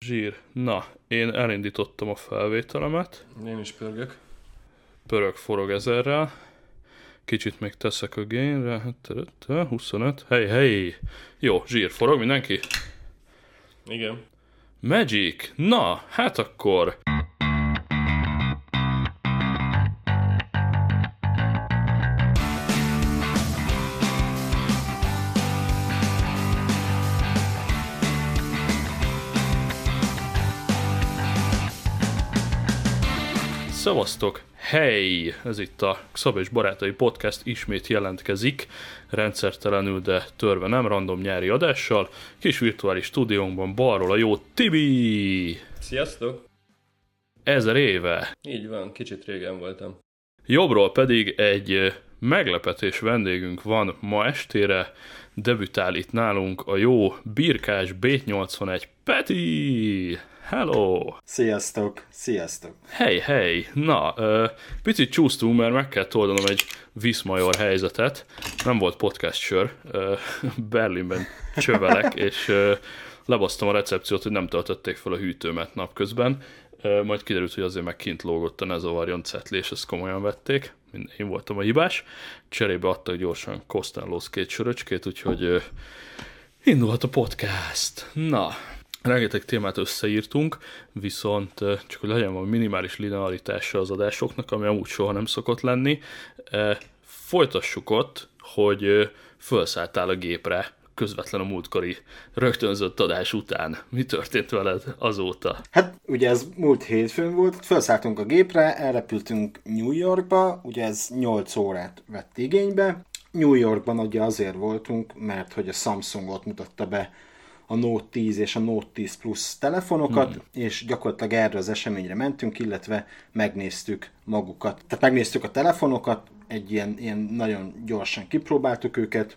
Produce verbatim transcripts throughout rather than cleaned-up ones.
Zsír. Na, én elindítottam a felvételemet. Én is pörgök. Pörög forog ezerrel. Kicsit még teszek a gainre. huszonöt. Hey, hey! Jó, zsír, forog mindenki? Igen. Magic! Na, hát akkor... Szevasztok! Hey! Ez itt a Szab és Barátai Podcast ismét jelentkezik, rendszertelenül, de törve nem, random nyári adással. Kis virtuális stúdiónkban balról a jó Tibi! Sziasztok! Ezer éve! Így van, kicsit régen voltam. Jobbról pedig egy meglepetés vendégünk van ma estére. Debütál itt nálunk a jó birkás bé nyolcvanegy Peti! Hello! Sziasztok! Sziasztok! Hey, hey! Na, uh, picit csúsztunk, mert meg kell oldanom egy Viszmajor helyzetet. Nem volt podcast sör. Uh, Berlinben csövelek, és uh, lebasztam a recepciót, hogy nem töltötték fel a hűtőmet napközben. Uh, majd kiderült, hogy azért meg kint lógott a ne zavarjon cetli, és ezt komolyan vették. Én voltam a hibás. Cserébe adtak gyorsan Costellóz két söröcskét, úgyhogy uh, indulhat a podcast. Na... Rengeteg témát összeírtunk, viszont csak hogy legyen valami minimális linearitása az adásoknak, ami amúgy soha nem szokott lenni. Folytassuk ott, hogy felszálltál a gépre közvetlen a múltkori rögtönzött adás után. Mi történt veled azóta? Hát ugye ez múlt hétfőn volt, felszálltunk a gépre, elrepültünk New Yorkba, ugye ez nyolc órát vett igénybe. New Yorkban ugye azért voltunk, mert hogy a Samsungot mutatta be a Note tíz és a Note tíz Plus telefonokat, hmm. és gyakorlatilag erre az eseményre mentünk, illetve megnéztük magukat. Tehát megnéztük a telefonokat, egy ilyen, ilyen nagyon gyorsan kipróbáltuk őket,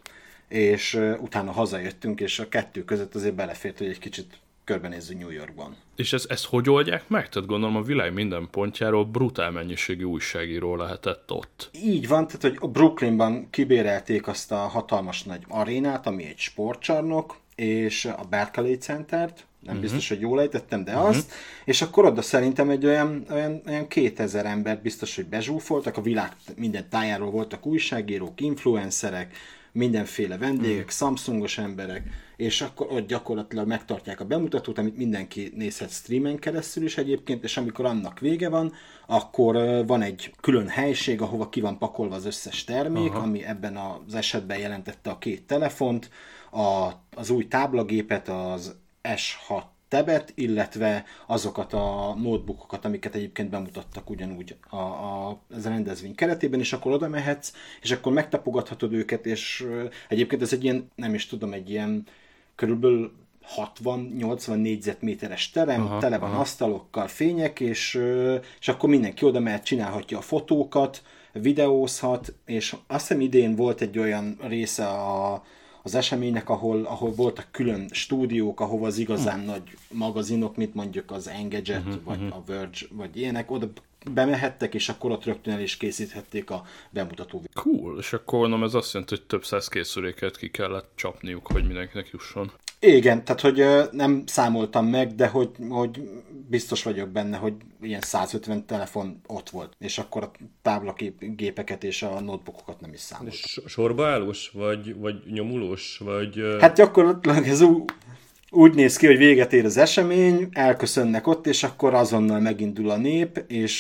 és uh, utána hazajöttünk, és a kettő között azért belefért, hogy egy kicsit körbenézzünk New Yorkban. És ezt, ezt hogy oldják meg? Tehát gondolom a világ minden pontjáról brutál mennyiségű újságíró lehetett ott. Így van, tehát hogy a Brooklynban kibérelték azt a hatalmas nagy arénát, ami egy sportcsarnok, és a Barclays Centert, nem uh-huh. biztos, hogy jól ejtettem, de uh-huh. azt, és akkor oda szerintem egy olyan, olyan, olyan kétezer ember biztos, hogy bezsúfoltak, a világ minden tájáról voltak újságírók, influencerek, mindenféle vendégek, uh-huh. Samsungos emberek, és akkor ott gyakorlatilag megtartják a bemutatót, amit mindenki nézhet streamen keresztül is egyébként, és amikor annak vége van, akkor van egy külön helység, ahova ki van pakolva az összes termék, uh-huh. ami ebben az esetben jelentette a két telefont, A, az új táblagépet, az es hat Tabet, illetve azokat a notebookokat, amiket egyébként bemutattak ugyanúgy a, a, ez a rendezvény keretében, és akkor oda mehetsz, és akkor megtapogathatod őket, és egyébként ez egy ilyen, nem is tudom, egy ilyen körülbelül hatvan-nyolcvan négyzetméteres terem, aha, tele van aha. asztalokkal, fények, és, és akkor mindenki oda mehet, csinálhatja a fotókat, videózhat, és azt hiszem idén volt egy olyan része a az eseménynek, ahol, ahol voltak külön stúdiók, ahova az igazán hmm. nagy magazinok, mint mondjuk az Engadget, uh-huh, vagy uh-huh. a Verge, vagy ilyenek, oda bemehettek, és akkor ott rögtön el is készíthették a bemutató. Cool, és akkor mondom, ez azt jelenti, hogy több száz készüléket ki kellett csapniuk, hogy mindenkinek jusson. Igen, tehát hogy nem számoltam meg, de hogy, hogy biztos vagyok benne, hogy ilyen százötven telefon ott volt, és akkor a táblagépeket és a notebookokat nem is számoltam. Sorba állós, vagy, vagy nyomulós, vagy... Hát gyakorlatilag ez ú- úgy néz ki, hogy véget ér az esemény, elköszönnek ott, és akkor azonnal megindul a nép, és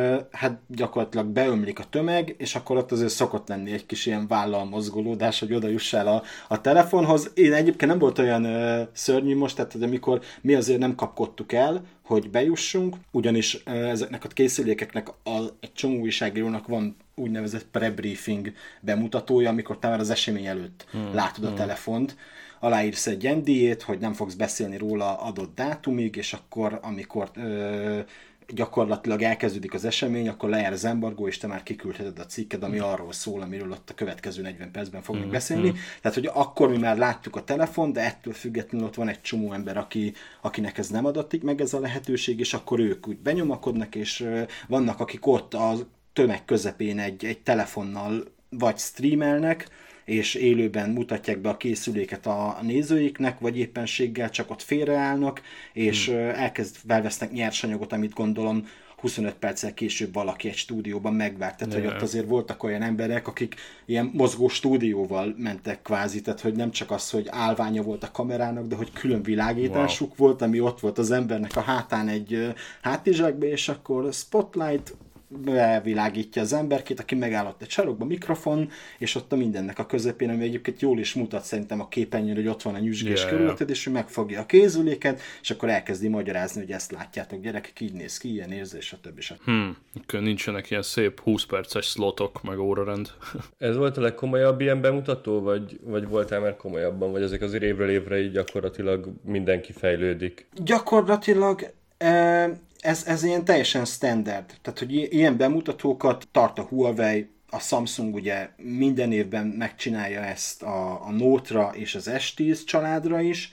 hát gyakorlatilag beömlik a tömeg, és akkor ott azért szokott lenni egy kis ilyen vállalmozgolódás, hogy oda jussál a, a telefonhoz. Én egyébként nem volt olyan uh, szörnyű most, tehát hogy amikor mi azért nem kapkodtuk el, hogy bejussunk, ugyanis uh, ezeknek a készülékeknek a, egy csomó újságírónak van úgynevezett pre-briefing bemutatója, amikor te már az esemény előtt hmm. látod a hmm. telefont, aláírsz egy en dé á-t, hogy nem fogsz beszélni róla adott dátumig, és akkor, amikor ö, gyakorlatilag elkezdődik az esemény, akkor lejár az embargó, és te már kiküldheted a cikked, ami arról szól, amiről ott a következő negyven percben fogunk mm, beszélni. Mm. Tehát, hogy akkor mi már láttuk a telefon, de ettől függetlenül ott van egy csomó ember, aki, akinek ez nem adatik meg ez a lehetőség, és akkor ők úgy benyomakodnak, és ö, vannak, akik ott a tömeg közepén egy, egy telefonnal vagy streamelnek, és élőben mutatják be a készüléket a nézőiknek, vagy éppenséggel csak ott félreállnak, és hmm. elkezd felvesznek nyersanyagot, amit gondolom huszonöt perccel később valaki egy stúdióban megvárt. Tehát, yeah. hogy ott azért voltak olyan emberek, akik ilyen mozgó stúdióval mentek kvázi, tehát, hogy nem csak az, hogy állványa volt a kamerának, de hogy külön világításuk wow. volt, ami ott volt az embernek a hátán egy hátizsákba, és akkor spotlight, bevilágítja az emberkét, aki megállott egy sarokba, mikrofon, és ott a mindennek a közepén, ami egyébként jól is mutat szerintem a képernyőn, hogy ott van a nyüzsgés yeah. körülötted, és ő megfogja a kézüléket, és akkor elkezdi magyarázni, hogy ezt látjátok, gyerekek, így néz ki, ilyen érzés, stb. stb. Hmm. Nincsenek ilyen szép húsz perces slotok, meg órarend. Ez volt a legkomolyabb ilyen bemutató, vagy, vagy voltál már komolyabban, vagy ezek azért évről évre így gyakorlatilag mindenki fejlődik? Gyakorlatilag e- Ez, ez ilyen teljesen standard. Tehát, hogy ilyen bemutatókat tart a Huawei, a Samsung ugye minden évben megcsinálja ezt a, a Note-ra és az es tíz családra is.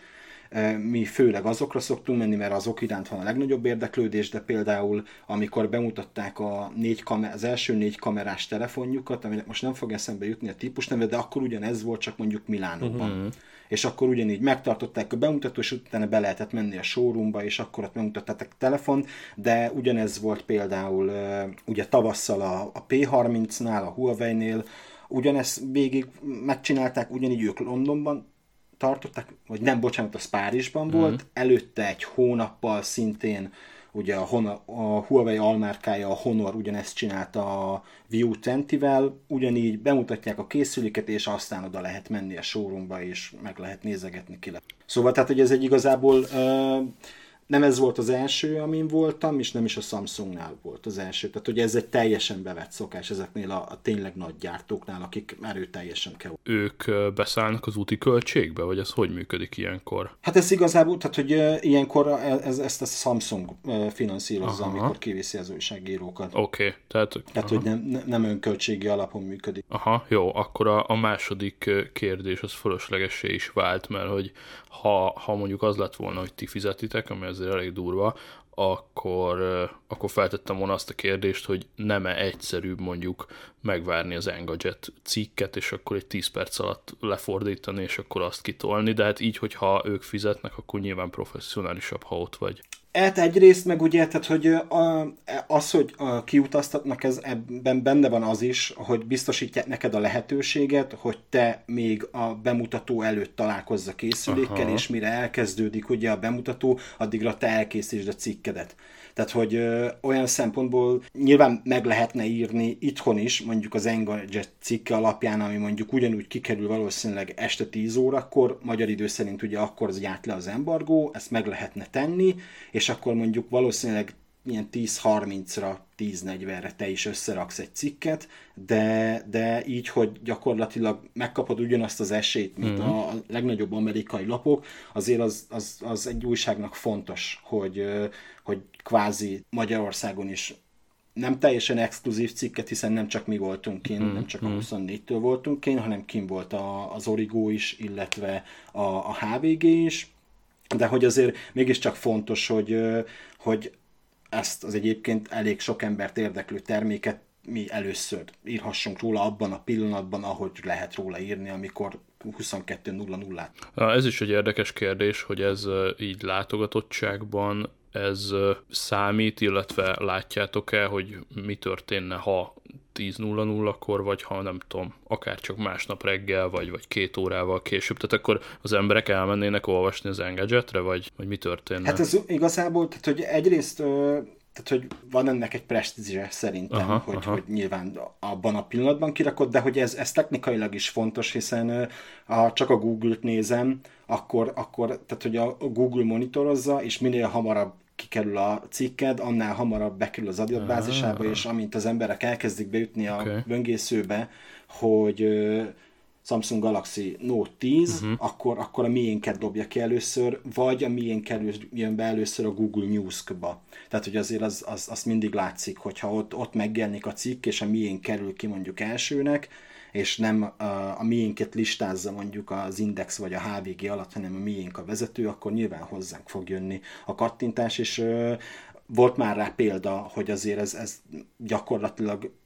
Mi főleg azokra szoktunk menni, mert azok iránt van a legnagyobb érdeklődés, de például amikor bemutatták a négy kamer, az első négy kamerás telefonjukat, aminek most nem fog eszembe jutni a típusneve, de akkor ugyanez volt, csak mondjuk Milánóban. Uh-huh. És akkor ugyanígy megtartották a bemutató, és utána be lehetett menni a showroomba, és akkor ott megmutatták a telefon, de ugyanez volt például ugye tavasszal a, a pé harmincnál, a Huawei-nél, ugyanezt végig megcsinálták, ugyanígy ők Londonban tartották, vagy nem, bocsánat, az Párizsban mm-hmm. volt, előtte egy hónappal szintén ugye a, Honor, a Huawei almárkája, a Honor ugyanezt csinálta a View húszval, ugyanígy bemutatják a készüléket, és aztán oda lehet menni a showroomba, és meg lehet nézegetni ki. Szóval tehát, hogy ez egy igazából uh, nem ez volt az első, amin voltam, és nem is a Samsungnál volt az első. Tehát, hogy ez egy teljesen bevett szokás ezeknél a, a tényleg nagy gyártóknál, akik erőteljesen kell. Ők beszállnak az úti költségbe, vagy ez hogy működik ilyenkor? Hát ez igazából, tehát, hogy uh, ilyenkor ez, ezt a Samsung uh, finanszírozza, aha. amikor kiviszi az újságírókat. Oké. Okay. Tehát, tehát hogy nem, nem önköltségi alapon működik. Aha, jó. Akkor a, a második kérdés az fölöslegessé is vált, mert hogy ha, ha mondjuk az lett volna, hogy ti fizetitek, ami azért elég durva, akkor, akkor feltettem volna azt a kérdést, hogy nem-e egyszerűbb mondjuk megvárni az Engadget cikket, és akkor egy tíz perc alatt lefordítani, és akkor azt kitolni, de hát így, hogyha ők fizetnek, akkor nyilván professzionálisabb, ha ott vagy. Hát egyrészt meg ugye, tehát, hogy az, hogy kiutaztatnak, ez ebben benne van az is, hogy biztosítják neked a lehetőséget, hogy te még a bemutató előtt találkozz a készülékkel, aha. és mire elkezdődik ugye a bemutató, addigra te elkészítsd a cikkedet. Tehát, hogy ö, olyan szempontból nyilván meg lehetne írni itthon is, mondjuk az Engadget cikke alapján, ami mondjuk ugyanúgy kikerül valószínűleg este tíz órakor, magyar idő szerint ugye akkor járt le az embargó, ezt meg lehetne tenni, és akkor mondjuk valószínűleg ilyen tíz harmincra, tíz negyvenre te is összeraksz egy cikket, de, de így, hogy gyakorlatilag megkapod ugyanazt az esélyt, mint mm-hmm. a legnagyobb amerikai lapok, azért az, az, az egy újságnak fontos, hogy, hogy kvázi Magyarországon is nem teljesen exkluzív cikket, hiszen nem csak mi voltunk kint, mm-hmm. nem csak a huszonnégytől voltunk kint, hanem kint volt a, az Origo is, illetve a, a há vé gé is, de hogy azért mégiscsak fontos, hogy, hogy ezt az egyébként elég sok embert érdeklő terméket mi először írhassunk róla abban a pillanatban, ahogy lehet róla írni, amikor huszonkettő nulla nulla. Ez is egy érdekes kérdés, hogy ez így látogatottságban ez számít, illetve látjátok-e, hogy mi történne, ha tíz nulla nullakor, vagy ha nem tudom, akár csak másnap reggel, vagy, vagy két órával később, tehát akkor az emberek elmennének olvasni az Engadgetre, vagy, vagy mi történne? Hát ez igazából, tehát hogy egyrészt, tehát hogy van ennek egy presztízse szerintem, aha, hogy, aha. hogy nyilván abban a pillanatban kirakod, de hogy ez, ez technikailag is fontos, hiszen ha csak a Google-t nézem, akkor, akkor tehát hogy a Google monitorozza, és minél hamarabb kikerül a cikked, annál hamarabb bekerül az adatbázisába, és amint az emberek elkezdik beütni a okay. böngészőbe, hogy uh, Samsung Galaxy Note tíz, uh-huh. akkor, akkor a miénket dobja ki először, vagy a miénk jön be először a Google News-ba. Tehát, hogy azért az, az, az mindig látszik, hogyha ott, ott megjelenik a cikk, és a miénk kerül ki mondjuk elsőnek, és nem a, a miénket listázza mondjuk az Index vagy a há vé gé alatt, hanem a miénk a vezető, akkor nyilván hozzánk fog jönni a kattintás, és ö, volt már rá példa, hogy azért ez, ez gyakorlatilag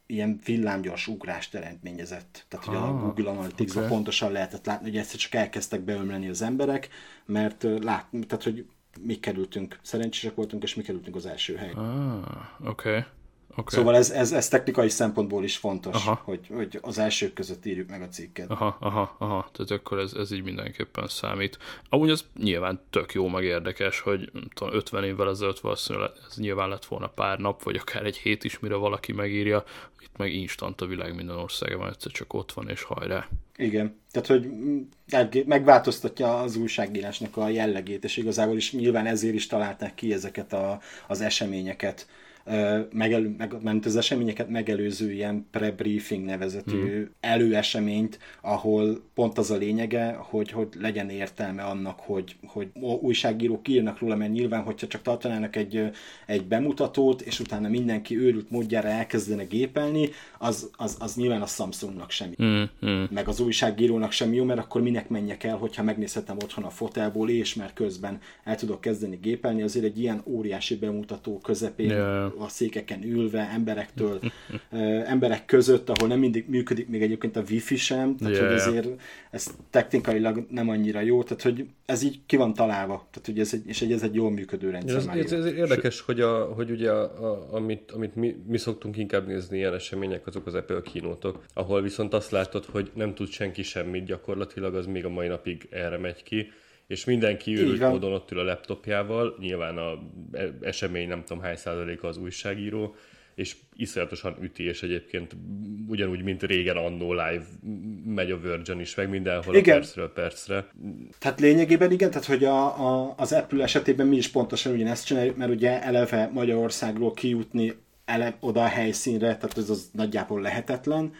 ilyen villámgyors ugrást eredményezett. Tehát, hogy ah, a Google Analytics-ban okay. pontosan lehetett látni, hogy egyszer csak elkezdtek beömleni az emberek, mert lát, tehát, hogy mi kerültünk, szerencsések voltunk, és mi kerültünk az első helyre. Ah, oké. Okay. Okay. Szóval ez, ez, ez technikai szempontból is fontos, hogy, hogy az elsők között írjuk meg a cikket. Aha, aha, aha. Tehát akkor ez, ez így mindenképpen számít. Amúgy ez nyilván tök jó, meg érdekes, hogy tudom, ötven évvel ezelőtt valószínűleg ez nyilván lett volna pár nap, vagy akár egy hét is, mire valaki megírja. Itt meg instant a világ minden országban egyszer csak ott van, és hajrá. Igen, tehát hogy megváltoztatja az újságírásnak a jellegét, és igazából is nyilván ezért is találták ki ezeket a, az eseményeket, megelő, meg, mert az eseményeket megelőző ilyen pre-briefing nevezetű mm. előeseményt, ahol pont az a lényege, hogy, hogy legyen értelme annak, hogy, hogy újságírók írnak róla, mert nyilván, hogyha csak tartanának egy, egy bemutatót, és utána mindenki őrült módjára elkezdene gépelni, az, az, az nyilván a Samsungnak semmi. Mm. Mm. Meg az újságírónak semmi jó, mert akkor minek menjek el, hogyha megnézhetem otthon a fotelból, és már közben el tudok kezdeni gépelni, azért egy ilyen óriási bemutató közepén, yeah. a székeken ülve, emberektől, emberek között, ahol nem mindig működik még egyébként a wifi sem, tehát yeah. hogy ezért ez technikailag nem annyira jó, tehát hogy ez így ki van találva, tehát hogy ez egy, és ez egy jól működő rendszer. Ez, ez, ez érdekes, hogy, a, hogy ugye a, a, amit, amit mi, mi szoktunk inkább nézni ilyen események, azok az Apple kínótok, ahol viszont azt látod, hogy nem tud senki semmit gyakorlatilag, az még a mai napig erre megy ki, és mindenki őrült módon ott ül a laptopjával, nyilván a esemény nem tudom hány százaléka az újságíró, és iszonyatosan üti, és egyébként ugyanúgy, mint régen annó live megy a Virgin is, meg mindenhol igen. a percről percre. Tehát lényegében igen, tehát hogy a, a, az Apple esetében mi is pontosan ugyanezt csináljuk, mert ugye eleve Magyarországról kijutni ele, oda a helyszínre, tehát ez az nagyjából lehetetlen,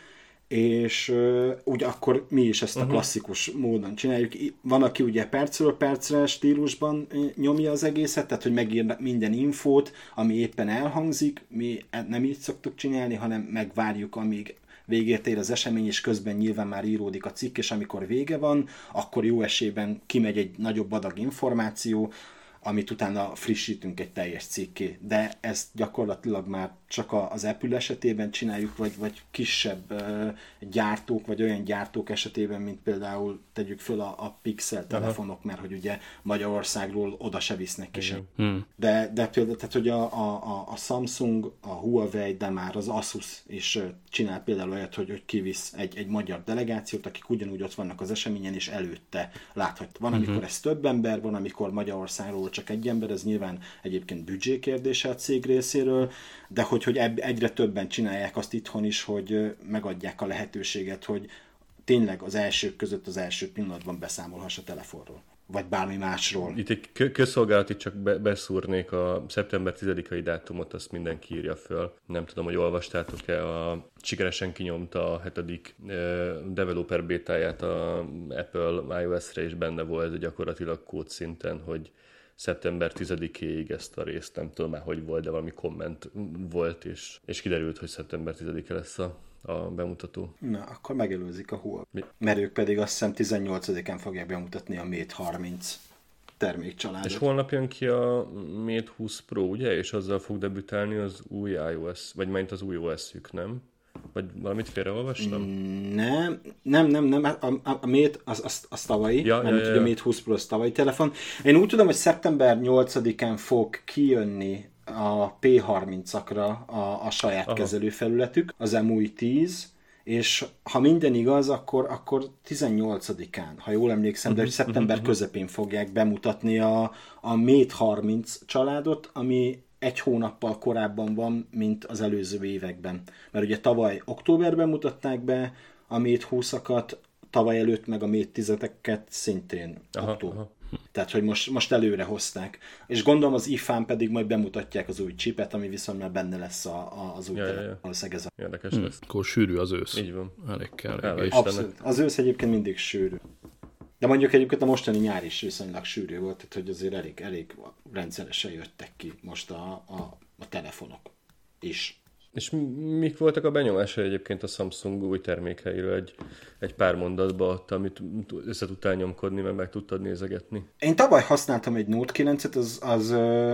és uh, úgy akkor mi is ezt uh-huh. a klasszikus módon csináljuk. Van, aki ugye percről percre stílusban nyomja az egészet, tehát hogy megír minden infót, ami éppen elhangzik, mi nem így szoktuk csinálni, hanem megvárjuk, amíg végét ér az esemény, és közben nyilván már íródik a cikk, és amikor vége van, akkor jó esélyben kimegy egy nagyobb adag információ, amit utána frissítünk egy teljes cikké. De ezt gyakorlatilag már csak az Apple esetében csináljuk, vagy, vagy kisebb uh, gyártók, vagy olyan gyártók esetében, mint például tegyük föl a, a Pixel telefonok, aha. mert hogy ugye Magyarországról oda se visznek ki sem. Hmm. De, de például, tehát hogy a, a, a Samsung, a Huawei, de már az Asus is csinál például olyat, hogy, hogy kivisz egy, egy magyar delegációt, akik ugyanúgy ott vannak az eseményen, és előtte láthat. Van, amikor uh-huh. ez több ember, van, amikor Magyarországról csak egy ember, ez nyilván egyébként büdzsé kérdése a cég részéről, de hogy, hogy egyre többen csinálják azt itthon is, hogy megadják a lehetőséget, hogy tényleg az elsők között az első pillanatban beszámolhass a telefonról, vagy bármi másról. Itt egy közszolgálati csak be, beszúrnék a szeptember tizedikai dátumot, azt mindenki írja föl. Nem tudom, hogy olvastátok-e, a sikeresen kinyomta a hetedik uh, developer bétáját a Apple iOS-re, és benne volt gyakorlatilag kódszinten, hogy szeptember tizedikéig ezt a részt, nem tudom már, hogy volt, de valami komment volt, és, és kiderült, hogy szeptember tizedike lesz a, a bemutató. Na, akkor megelőzik a Huawei. Mert ők pedig azt hiszem tizennyolcadikán fogják bemutatni a Mate harminc termékcsaládot. És holnap jön ki a Mate húsz Pro, ugye? És azzal fog debütálni az új iOS, vagy majd az új o es-ük, nem? Vagy valamit félreolvastam? Nem, nem, nem, nem. A, a, a Mate az, az, az tavalyi, ja, nem ja, ja, ja. a Mate húsz Pro az tavalyi telefon. Én úgy tudom, hogy szeptember nyolcadikán fog kijönni a P harmincakra a, a saját aha. kezelőfelületük, az em u i tíz, és ha minden igaz, akkor, akkor tizennyolcadikán, ha jól emlékszem, de szeptember közepén fogják bemutatni a, a Mate harminc családot, ami egy hónappal korábban van, mint az előző években. Mert ugye tavaly októberben mutatták be a Mate húszakat, tavaly előtt meg a Mate tízeket szintén aha, október. Aha. Tehát, hogy most, most előre hozták. És gondolom az i fán pedig majd bemutatják az új chipet, ami viszont már benne lesz a, a, az új ja, telefon. ja, ja. Ez a... Érdekes hmm. lesz. Akkor sűrű az ősz. Így van. Elég kell. Elég Abszolút. Az ősz egyébként mindig sűrű. De mondjuk egyébként a mostani nyár is viszonylag sűrű volt, tehát hogy azért elég, elég rendszeresen jöttek ki most a, a, a telefonok is. És mik voltak a benyomásai egyébként a Samsung új termékeiről egy, egy pár mondatba ott, amit össze tudtál nyomkodni, mert meg tudtad nézegetni? Én tavaly használtam egy Note kilencet, az, az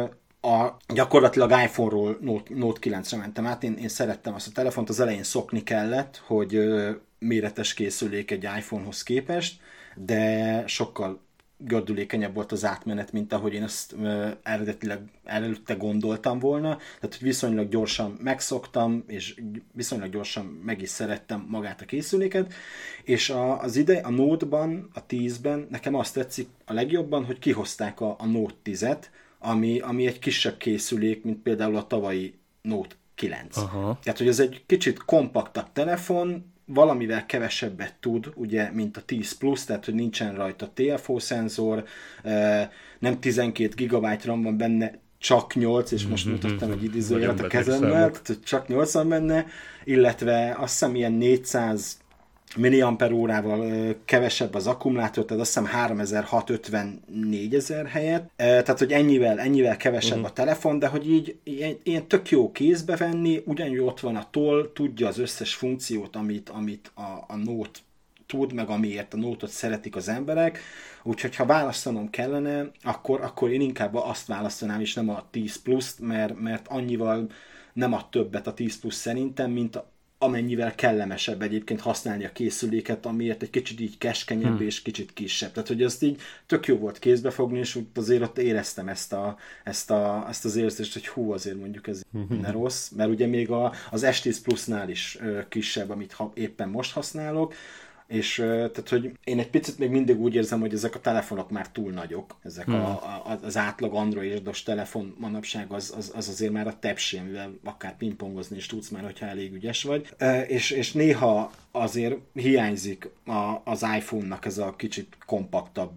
a, gyakorlatilag iPhone-ról Note, Note kilencre mentem át, én, én szerettem azt a telefont, az elején szokni kellett, hogy ö, méretes készülék egy iPhone-hoz képest, de sokkal gördülékenyebb volt az átmenet, mint ahogy én ezt uh, eredetileg előtte gondoltam volna. Tehát, hogy viszonylag gyorsan megszoktam, és viszonylag gyorsan meg is szerettem magát a készüléket, és a, az ide, a Note-ban, a tízben nekem azt tetszik a legjobban, hogy kihozták a, a Note tízet, ami, ami egy kisebb készülék, mint például a tavalyi Note kilenc. Aha. Tehát, hogy ez egy kicsit kompaktabb telefon, valamivel kevesebbet tud, ugye, mint a tíz plusz, tehát, hogy nincsen rajta té ef o szenzor, nem tizenkét gigabyte RAM van benne, csak nyolc, és most mutattam egy idézőjelet a kezemmel, tehát, hogy csak nyolc van benne, illetve azt hiszem ilyen négyszáz milliamper órával kevesebb az akkumulátor, tehát azt hiszem háromezer-hatszázötvennégy helyett, tehát hogy ennyivel, ennyivel kevesebb uh-huh. a telefon, de hogy így ilyen, ilyen tök jó kézbe venni, ugyanúgy ott van a toll, tudja az összes funkciót, amit, amit a, a Note tud, meg amiért a Note-ot szeretik az emberek, úgyhogy ha választanom kellene, akkor, akkor én inkább azt választanám, és nem a tíz pluszt, mert, mert annyival nem ad többet a tíz plusz szerintem, mint a amennyivel kellemesebb egyébként használni a készüléket, amiért egy kicsit így keskenyebb hmm. és kicsit kisebb. Tehát, hogy azt így tök jó volt kézbe fogni, és azért ott éreztem ezt, a, ezt, a, ezt az érzést, hogy hú, azért mondjuk ez ne rossz, mert ugye még a, az es tíz plusznál is ö, kisebb, amit ha, éppen most használok, és tehát, hogy én egy picit még mindig úgy érzem, hogy ezek a telefonok már túl nagyok, ezek hmm. a, a, az átlag androidos telefon manapság az, az, az azért már a tepsi, amivel akár pingpongozni is tudsz már, hogyha elég ügyes vagy, e, és, és néha azért hiányzik a, az iPhone-nak ez a kicsit kompaktabb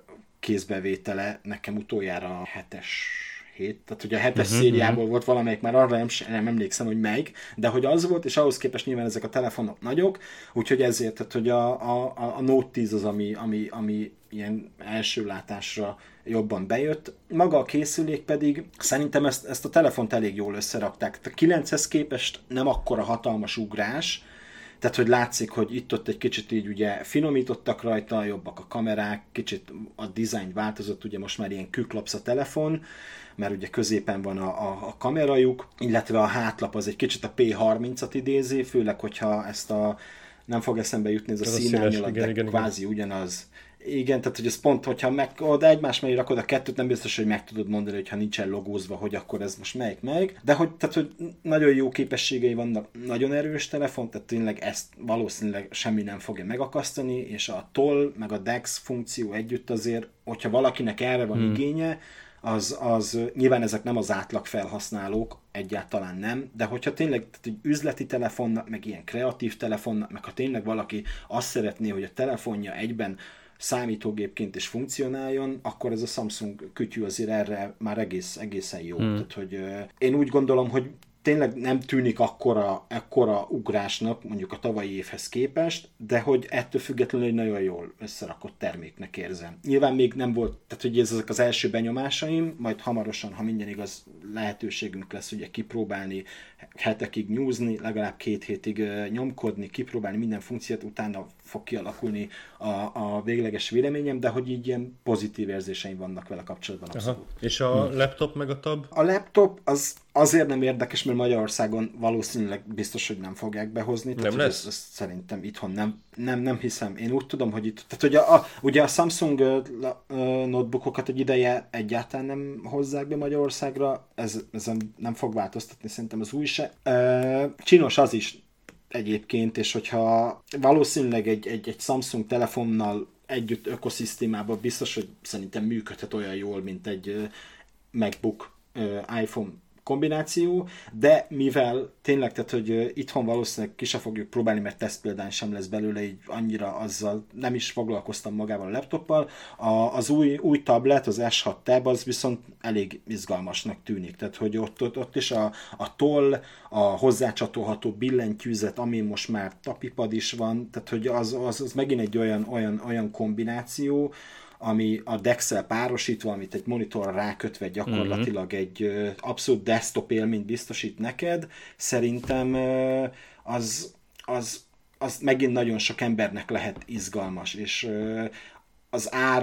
kézbevétele, nekem utoljára a hetes hét, tehát hogy a hetes uh-huh, szériából uh-huh. volt valamelyik, már arra nem, nem emlékszem, hogy melyik, de hogy az volt, és ahhoz képest nyilván ezek a telefonok nagyok, úgyhogy ezért, tehát hogy a, a, a Note tíz az, ami, ami, ami ilyen első látásra jobban bejött. Maga a készülék pedig szerintem ezt, ezt a telefont elég jól összerakták. A kilenchez képest nem akkora hatalmas ugrás, tehát, hogy látszik, hogy itt-ott egy kicsit így ugye finomítottak rajta, jobbak a kamerák, kicsit a dizájn változott, ugye most már ilyen küklapsz a telefon, mert ugye középen van a, a, a kamerajuk, illetve a hátlap az egy kicsit a pé harmincat idézi, főleg, hogyha ezt a, nem fog eszembe jutni ez a színárnyalat, de igen, kvázi igen. ugyanaz. Igen, tehát hogy ez pont, hogyha meg, oda egymás mellé rakod a kettőt, nem biztos, hogy meg tudod mondani, hogyha nincsen logózva, hogy akkor ez most melyik melyik. De hogy, tehát, hogy nagyon jó képességei vannak, nagyon erős telefon, tehát tényleg ezt valószínűleg semmi nem fogja megakasztani, és a toll, meg a dex funkció együtt azért, hogyha valakinek erre van hmm. igénye, az, az nyilván ezek nem az átlag felhasználók, egyáltalán nem, de hogyha tényleg tehát egy üzleti telefonnak, meg ilyen kreatív telefonnak, meg ha tényleg valaki azt szeretné, hogy a telefonja egyben számítógépként is funkcionáljon, akkor ez a Samsung kütyű azért erre már egész, egészen jó. Hmm. Tehát, hogy uh, én úgy gondolom, hogy tényleg nem tűnik akkora, akkora ugrásnak, mondjuk a tavalyi évhez képest, de hogy ettől függetlenül egy nagyon jól összerakott terméknek érzem. Nyilván még nem volt, tehát hogy ezek az első benyomásaim, majd hamarosan, ha minden igaz, lehetőségünk lesz ugye kipróbálni, hetekig nyúzni, legalább két hétig uh, nyomkodni, kipróbálni minden funkciót, utána fog kialakulni a, a végleges véleményem, de hogy így ilyen pozitív érzéseim vannak vele kapcsolatban abszolút. Aha. És a hmm. laptop meg a tab? A laptop az azért nem érdekes, mert Magyarországon valószínűleg biztos, hogy nem fogják behozni. Nem lesz? Ez, ez szerintem itthon nem, nem, nem hiszem. Én úgy tudom, hogy itt, tehát hogy a, a, ugye a Samsung uh, notebookokat egy ideje egyáltalán nem hozzák be Magyarországra, ez, ezen nem fog változtatni szerintem az új se. Uh, csinos az is egyébként, és hogyha valószínűleg egy, egy, egy Samsung telefonnal együtt ökoszisztémában biztos, hogy szerintem működhet olyan jól, mint egy uh, MacBook, uh, iPhone kombináció, de mivel tényleg, tehát, hogy itthon valószínűleg ki se fogjuk próbálni, mert tesztpéldány sem lesz belőle, így annyira azzal nem is foglalkoztam magával a laptoppal. A, az új, új tablet, az es hat Tab, az viszont elég izgalmasnak tűnik, tehát, hogy ott, ott, ott is a, a toll, a hozzácsatolható billentyűzet, ami most már tapipad is van, tehát, hogy az, az, az megint egy olyan, olyan, olyan kombináció, ami a dex-el párosítva, amit egy monitorra rákötve gyakorlatilag egy uh, abszolút desktop élményt biztosít neked, szerintem uh, az, az, az megint nagyon sok embernek lehet izgalmas, és uh, az ára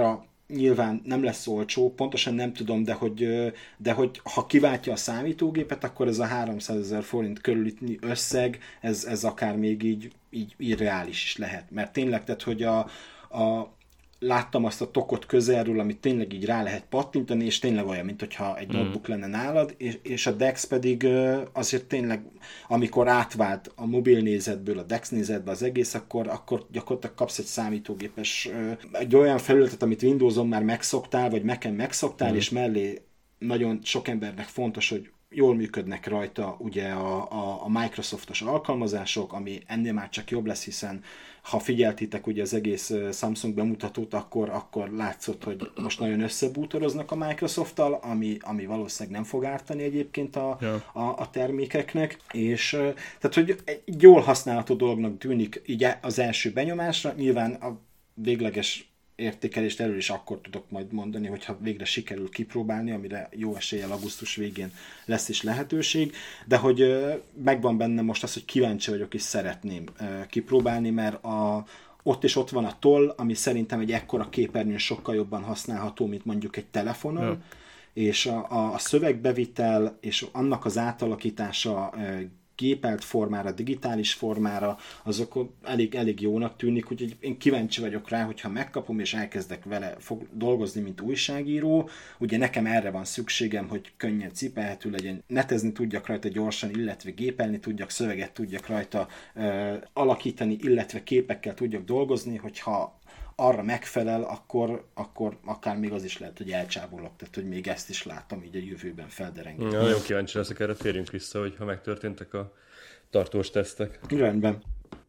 nyilván nem lesz olcsó, pontosan nem tudom, de hogy, de hogy ha kiváltja a számítógépet, akkor ez a háromszázezer forint körüli összeg, ez, ez akár még így, így irreális is lehet. Mert tényleg, tehát, hogy a, a láttam azt a tokot közelről, amit tényleg így rá lehet pattintani, és tényleg olyan, mint hogyha egy mm. notebook lenne nálad, és, és a DeX pedig azért tényleg, amikor átvált a mobil nézetből a DeX nézetbe az egész, akkor, akkor gyakorlatilag kapsz egy számítógépes, egy olyan felületet, amit Windowson már megszoktál, vagy Mac-en megszoktál, mm. és mellé nagyon sok embernek fontos, hogy jól működnek rajta ugye a, a, a Microsoftos alkalmazások, ami ennél már csak jobb lesz, hiszen ha figyeltitek ugye az egész Samsung bemutatót, akkor, akkor látszott, hogy most nagyon összebútoroznak a Microsofttal, ami, ami valószínűleg nem fog ártani egyébként a, yeah. a, a termékeknek, és tehát, hogy egy jól használható dolognak tűnik így az első benyomásra, nyilván a végleges értékelést erről is akkor tudok majd mondani, hogyha végre sikerül kipróbálni, amire jó eséllyel augusztus végén lesz is lehetőség, de hogy megvan benne most az, hogy kíváncsi vagyok és szeretném kipróbálni, mert a, ott is ott van a toll, ami szerintem egy ekkora képernyőn sokkal jobban használható, mint mondjuk egy telefonon, ja. és a, a szövegbevitel és annak az átalakítása gépelt formára, digitális formára, azok elég, elég jónak tűnik, úgyhogy én kíváncsi vagyok rá, hogyha megkapom és elkezdek vele fog dolgozni, mint újságíró. Ugye nekem erre van szükségem, hogy könnyen cipelhető legyen, netezni tudjak rajta gyorsan, illetve gépelni tudjak, szöveget tudjak rajta uh, alakítani, illetve képekkel tudjak dolgozni, hogyha arra megfelel, akkor, akkor akár még az is lehet, hogy elcsávolok, tehát hogy még ezt is látom így a jövőben felderengeni. Ja, nagyon kíváncsi leszek, erre térjünk vissza, hogy ha megtörténtek a tartós tesztek. Rendben.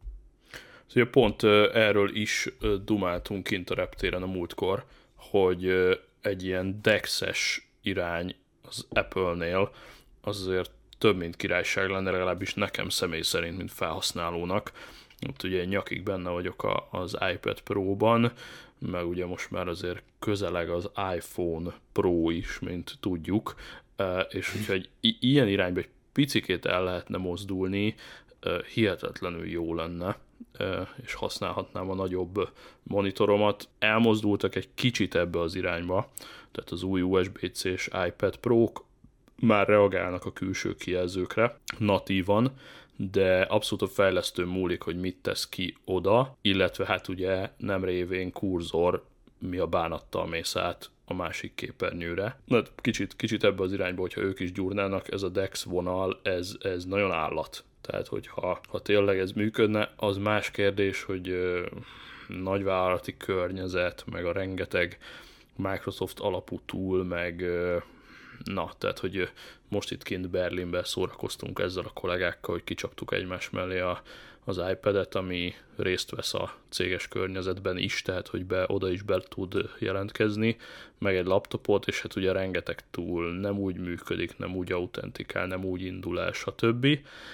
Szóval pont erről is dumáltunk kint a reptéren a múltkor, hogy egy ilyen dexes irány az Apple-nél azért több mint királyság lenne, legalábbis nekem személy szerint, mint felhasználónak. Ott ugye nyakig benne vagyok a, az iPad Pro-ban, meg ugye most már azért közeleg az iPhone Pro is, mint tudjuk, és hogyha egy ilyen irányba egy picikét el lehetne mozdulni, hihetetlenül jó lenne, és használhatnám a nagyobb monitoromat. Elmozdultak egy kicsit ebbe az irányba, tehát az új u es bé-C-s iPad Pro-k már reagálnak a külső kijelzőkre natívan, de abszolút a fejlesztő múlik, hogy mit tesz ki oda, illetve hát ugye nem révén kurzor, mi a bánattal mész át a másik képernyőre. Na, kicsit, kicsit ebbe az irányba, hogyha ők is gyúrnának, ez a DeX vonal, ez, ez nagyon állat. Tehát, hogyha ha tényleg ez működne, az más kérdés, hogy ö, nagyvállalati környezet, meg a rengeteg Microsoft alapú tool, meg ö, na, tehát, hogy most itt kint Berlinben szórakoztunk ezzel a kollégákkal, hogy kicsaptuk egymás mellé a, az iPad-et, ami részt vesz a céges környezetben is, tehát, hogy be, oda is be tud jelentkezni, meg egy laptopot, és hát ugye rengeteg tool nem úgy működik, nem úgy autentikál, nem úgy indul el, stb.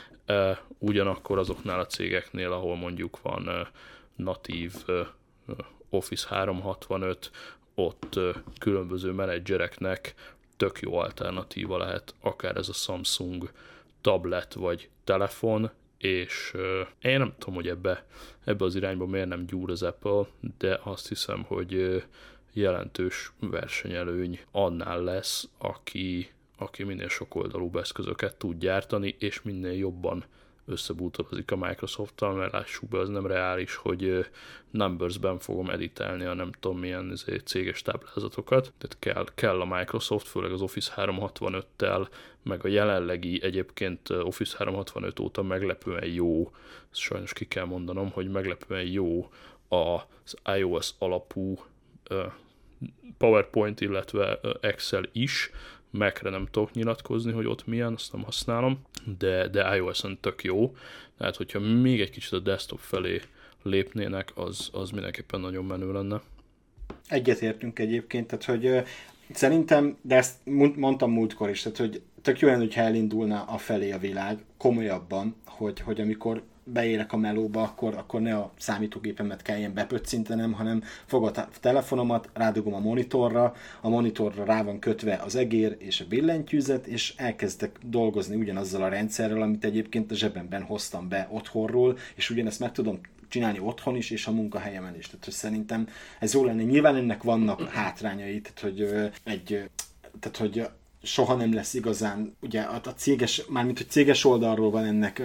Ugyanakkor azoknál a cégeknél, ahol mondjuk van natív Office háromszázhatvanöt, ott különböző menedzsereknek tök jó alternatíva lehet, akár ez a Samsung tablet vagy telefon, és uh, én nem tudom, hogy ebbe, ebbe az irányba miért nem gyúr az Apple, de azt hiszem, hogy uh, jelentős versenyelőny annál lesz, aki, aki minél sokoldalúbb eszközöket tud gyártani, és minél jobban összebútorozik a Microsoft-tal, mert lássuk be, az nem reális, hogy Numbers-ben fogom editálni a nem tudom milyen céges táblázatokat. Tehát kell, kell a Microsoft, főleg az Office háromszázhatvanöttel, meg a jelenlegi egyébként Office háromszázhatvanöt óta meglepően jó, sajnos ki kell mondanom, hogy meglepően jó az iOS alapú PowerPoint, illetve Excel is. Macre nem tudok nyilatkozni, hogy ott milyen, azt nem használom, de, de iOS-en tök jó. Tehát, hogyha még egy kicsit a desktop felé lépnének, az, az mindenképpen nagyon menő lenne. Egyetértünk egyébként, tehát, hogy uh, szerintem, de ezt mondtam múltkor is, tehát, hogy tök jó lenne, hogyha elindulna a felé a világ komolyabban, hogy, hogy amikor beérek a melóba, akkor, akkor ne a számítógépemet kelljen bepöccintenem, hanem fogom a telefonomat, rádugom a monitorra, a monitorra rá van kötve az egér és a billentyűzet, és elkezdek dolgozni ugyanazzal a rendszerrel, amit egyébként a zsebemben hoztam be otthonról, és ugyanezt meg tudom csinálni otthon is, és a munkahelyemen is. Tehát hogy szerintem ez jó lenne. Nyilván ennek vannak hátrányai, tehát hogy egy, tehát hogy soha nem lesz igazán, ugye a, a céges, mármint hogy céges oldalról van ennek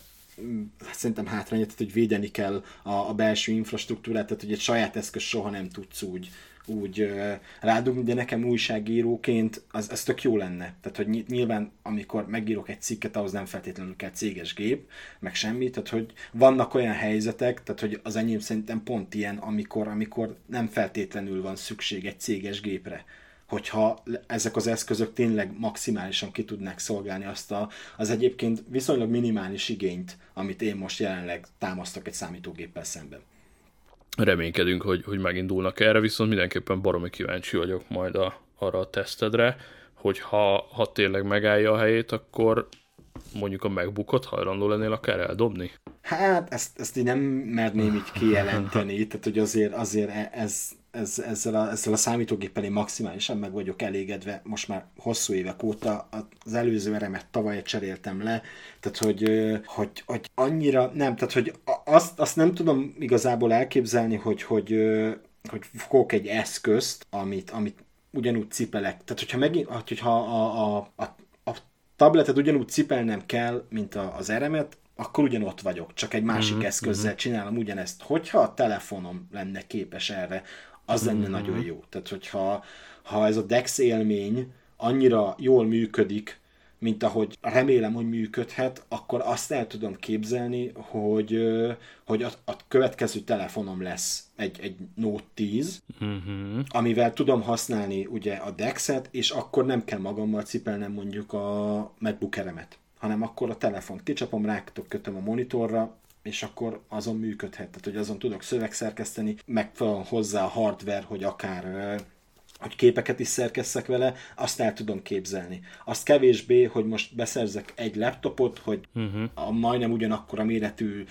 szerintem hátránya, tehát hogy védeni kell a, a belső infrastruktúrát, tehát hogy egy saját eszköz soha nem tudsz úgy, úgy uh, rádugni, de nekem újságíróként az, az tök jó lenne. Tehát, hogy nyilván, amikor megírok egy cikket, ahhoz nem feltétlenül kell céges gép, meg semmi, tehát, hogy vannak olyan helyzetek, tehát, hogy az enyém szerintem pont ilyen, amikor, amikor nem feltétlenül van szükség egy céges gépre. Hogyha ezek az eszközök tényleg maximálisan ki tudnák szolgálni azt a, az egyébként viszonylag minimális igényt, amit én most jelenleg támasztok egy számítógéppel szemben. Reménykedünk, hogy, hogy megindulnak erre, viszont mindenképpen baromi kíváncsi vagyok majd a, arra a tesztedre, hogy ha, ha tényleg megállja a helyét, akkor mondjuk a MacBookot hajlandó lennél akár eldobni? Hát ezt, ezt én nem merném így kijelenteni, tehát hogy azért, azért ez, ez, ezzel, a, ezzel a számítógéppel én maximálisan meg vagyok elégedve, most már hosszú évek óta, az előző eremet tavaly cseréltem le, tehát hogy, hogy, hogy annyira nem, tehát hogy azt, azt nem tudom igazából elképzelni, hogy, hogy, hogy fogok egy eszközt, amit, amit ugyanúgy cipelek, tehát hogyha, megint, hogyha a, a, a, a tabletet ugyanúgy cipelnem kell, mint a, az eremet, akkor ugyanott vagyok, csak egy másik mm-hmm. eszközzel csinálom ugyanezt. Hogyha a telefonom lenne képes erre, az lenne mm-hmm. nagyon jó. Tehát, hogyha ha ez a DeX élmény annyira jól működik, mint ahogy remélem, hogy működhet, akkor azt el tudom képzelni, hogy, hogy a, a következő telefonom lesz egy, egy Note tíz, mm-hmm. amivel tudom használni ugye a DeX-et, és akkor nem kell magammal cipelnem mondjuk a MacBook Air-emet, hanem akkor a telefont kicsapom, rákötöm a monitorra, és akkor azon működhet, tehát hogy azon tudok szövegszerkeszteni, megfelelően hozzá a hardware, hogy akár hogy képeket is szerkesszek vele, azt el tudom képzelni. Azt kevésbé, hogy most beszerzek egy laptopot, hogy uh-huh. a majdnem ugyanakkora méretű,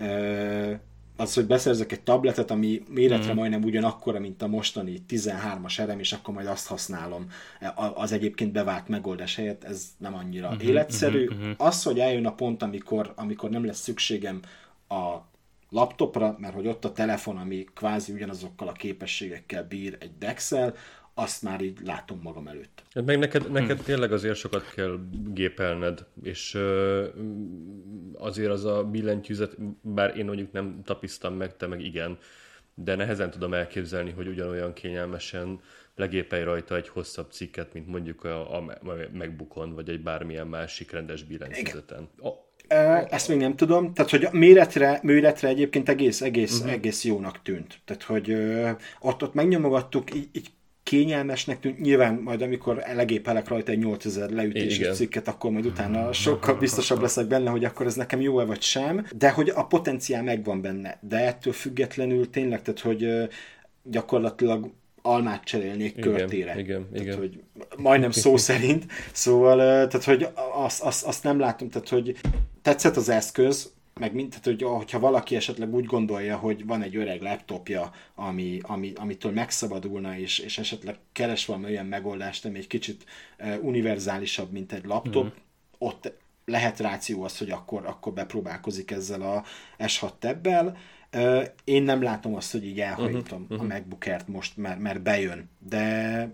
az, hogy beszerzek egy tabletet, ami méretre uh-huh. majdnem ugyanakkora, mint a mostani tizenhármas erem, és akkor majd azt használom. Az egyébként bevált megoldás helyett, ez nem annyira uh-huh. életszerű. Uh-huh. Az, hogy eljön a pont, amikor, amikor nem lesz szükségem a laptopra, mert hogy ott a telefon, ami kvázi ugyanazokkal a képességekkel bír egy DeX-el, azt már így látom magam előtt. Hát meg neked, neked hmm. tényleg azért sokat kell gépelned, és uh, azért az a billentyűzet, bár én mondjuk nem tapisztam meg, te meg igen, de nehezen tudom elképzelni, hogy ugyanolyan kényelmesen legépelj rajta egy hosszabb cikket, mint mondjuk a, a MacBookon, vagy egy bármilyen másik rendes billentyűzeten. Ezt még nem tudom, tehát hogy méretre, méretre egyébként egész, egész, uh-huh. egész jónak tűnt. Tehát, hogy ö, ott, ott megnyomogattuk, így, így kényelmesnek tűnt, nyilván majd amikor legépelek rajta egy nyolcezer leütésű igen. cikket, akkor majd utána sokkal biztosabb leszek benne, hogy akkor ez nekem jó-e vagy sem, de hogy a potenciál megvan benne, de ettől függetlenül tényleg, tehát hogy ö, gyakorlatilag almát cserélnék igen, körtére. Igen, tehát, igen. hogy majdnem szó szerint. Szóval, tehát, hogy azt, azt, azt nem látom, tehát, hogy tetszett az eszköz, meg mind, tehát, hogy hogyha valaki esetleg úgy gondolja, hogy van egy öreg laptopja, ami, ami, amitől megszabadulna, és, és esetleg keres valami olyan megoldást, ami egy kicsit uh, univerzálisabb, mint egy laptop, mm. ott lehet ráció az, hogy akkor, akkor bepróbálkozik ezzel a es hat tabbel. Uh, én nem látom azt, hogy így elhajítom uh-huh, uh-huh. a MacBook Air-t most, mert, mert bejön, de,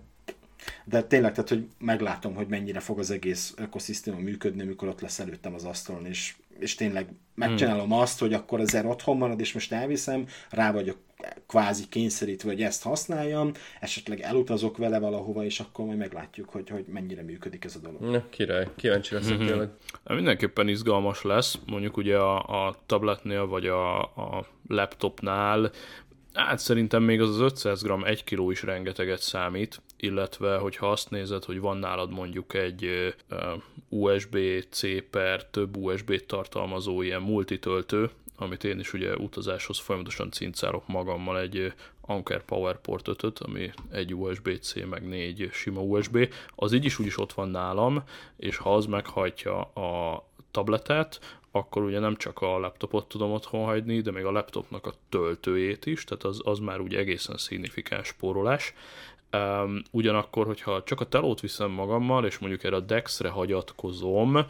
de tényleg, tehát, hogy meglátom, hogy mennyire fog az egész ökoszisztéma működni, amikor ott lesz előttem az asztalon, és, és tényleg megcsinálom hmm. azt, hogy akkor az Air otthon marad, és most elviszem, rá vagyok kvázi kényszerítve, hogy ezt használjam, esetleg elutazok vele valahova, és akkor majd meglátjuk, hogy, hogy mennyire működik ez a dolog. Na, király, kíváncsi leszek mm-hmm. tényleg. Mindenképpen izgalmas lesz, mondjuk ugye a, a tabletnél, vagy a, a laptopnál, hát szerintem még az az ötszáz gramm egy kiló is rengeteget számít, illetve hogyha azt nézed, hogy van nálad mondjuk egy uh, u es bé-C per több u es bé-t tartalmazó ilyen multitöltő, amit én is ugye utazáshoz folyamatosan cincálok magammal, egy Anker PowerPort ötöt, ami egy u es bé-C meg négy sima u es bé, az így is úgyis ott van nálam, és ha az meghajtja a tabletet, akkor ugye nem csak a laptopot tudom otthon hagyni, de még a laptopnak a töltőjét is, tehát az, az már ugye egészen szignifikáns spórolás. Um, ugyanakkor, hogyha csak a telót viszem magammal, és mondjuk erre a DeX-re hagyatkozom,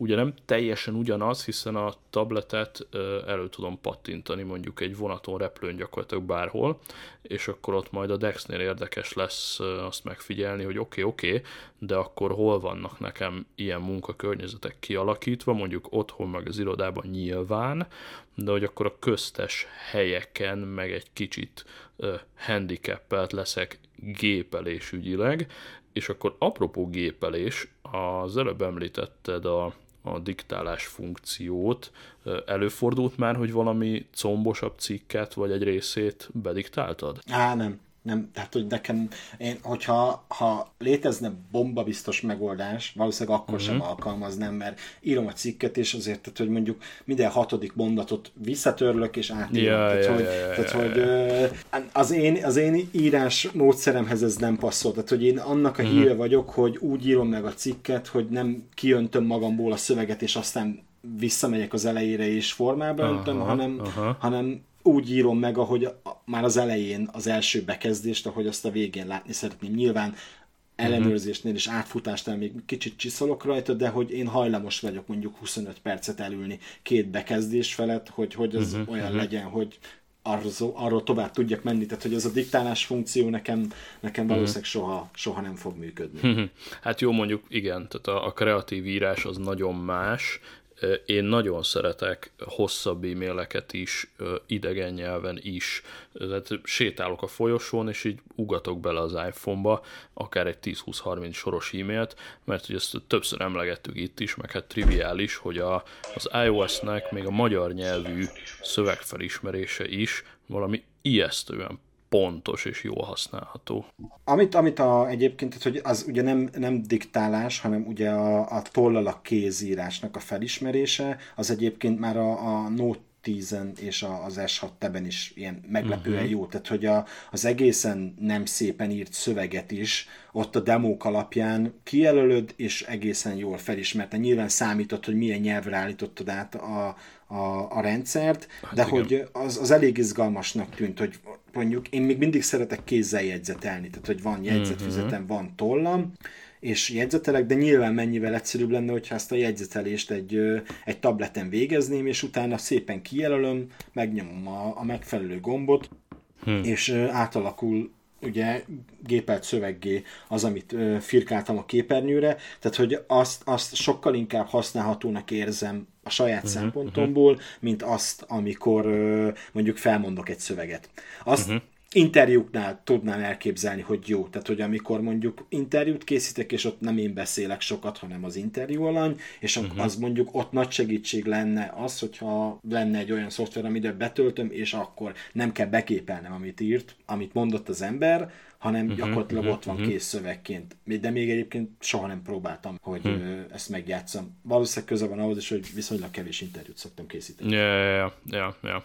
ugye nem teljesen ugyanaz, hiszen a tabletet elő tudom pattintani mondjuk egy vonaton, repülőn, gyakorlatilag bárhol, és akkor ott majd a Dexnél érdekes lesz azt megfigyelni, hogy oké, okay, oké, okay, de akkor hol vannak nekem ilyen munkakörnyezetek kialakítva, mondjuk otthon meg az irodában nyilván, de hogy akkor a köztes helyeken meg egy kicsit uh, handicappelt leszek gépelésügyileg, és akkor apropó gépelés, az előbb említetted a, a diktálás funkciót, előfordult már, hogy valami combosabb cikket vagy egy részét bediktáltad? Á, nem. Nem, tehát, hogy nekem, én, hogyha ha létezne bombabiztos megoldás, valószínűleg akkor uh-huh. sem alkalmaznám, mert írom a cikket, és azért, tehát, hogy mondjuk minden hatodik mondatot visszatörlök, és átírom. Ja, tehát, ja, hogy, ja, ja, tehát, ja, hogy ja. az, én, az én írás módszeremhez ez nem passzol. Tehát, hogy én annak a uh-huh. híve vagyok, hogy úgy írom meg a cikket, hogy nem kiöntöm magamból a szöveget, és aztán visszamegyek az elejére, és formába öntöm, uh-huh. hanem, uh-huh. hanem úgy írom meg, ahogy a, már az elején az első bekezdést, ahogy azt a végén látni szeretném. Nyilván ellenőrzésnél és átfutásnál még kicsit csiszolok rajta, de hogy én hajlamos vagyok mondjuk huszonöt percet elülni két bekezdés felett, hogy, hogy az uh-huh, olyan uh-huh. legyen, hogy arról, arról tovább tudjak menni. Tehát, hogy ez a diktálás funkció nekem, nekem valószínűleg soha, soha nem fog működni. Hát jó, mondjuk igen, tehát a, a kreatív írás az nagyon más. Én nagyon szeretek hosszabb e-maileket is, idegen nyelven is. Tehát sétálok a folyosón, és így ugatok bele az iPhone-ba, akár egy tíz-húsz-harminc soros e-mailt, mert ugye ezt többször emlegettük itt is, meg hát triviális, hogy a, az iOS-nek még a magyar nyelvű szövegfelismerése is valami ijesztően pontos és jól használható. Amit, amit a, egyébként, tehát, hogy az ugye nem, nem diktálás, hanem ugye a, a tollal a kézírásnak a felismerése, az egyébként már a, a Note tíz és a, az es hat Tab-en is ilyen meglepően uh-huh. jó. Tehát, hogy a, az egészen nem szépen írt szöveget is ott a demók alapján kijelölöd, és egészen jól felismerte. Nyilván számított, hogy milyen nyelvre állítottad át a, a, a rendszert, hát de igen. hogy az, az elég izgalmasnak tűnt, hogy mondjuk én még mindig szeretek kézzel jegyzetelni, tehát hogy van jegyzetfüzetem, uh-huh. van tollam, és jegyzetelek, de nyilván mennyivel egyszerűbb lenne, hogyha ezt a jegyzetelést egy, egy tableten végezném, és utána szépen kijelölöm, megnyomom a, a megfelelő gombot, hmm. és átalakul ugye gépelt szöveggé az, amit ö, firkáltam a képernyőre, tehát hogy azt, azt sokkal inkább használhatónak érzem a saját uh-huh, szempontomból, uh-huh. mint azt, amikor ö, mondjuk felmondok egy szöveget. Azt uh-huh. interjúknál tudnám elképzelni, hogy jó. Tehát, hogy amikor mondjuk interjút készítek, és ott nem én beszélek sokat, hanem az interjú alany, és uh-huh. az mondjuk ott nagy segítség lenne az, hogyha lenne egy olyan szoftver, amit betöltöm, és akkor nem kell beképelnem, amit írt, amit mondott az ember, hanem uh-huh, gyakorlatilag uh-huh, ott van uh-huh. kész szövegként. De még egyébként soha nem próbáltam, hogy uh-huh. ezt megjátszam. Valószínűleg köze van ahhoz is, hogy viszonylag kevés interjút szoktam készíteni. Ja, ja, ja, ja.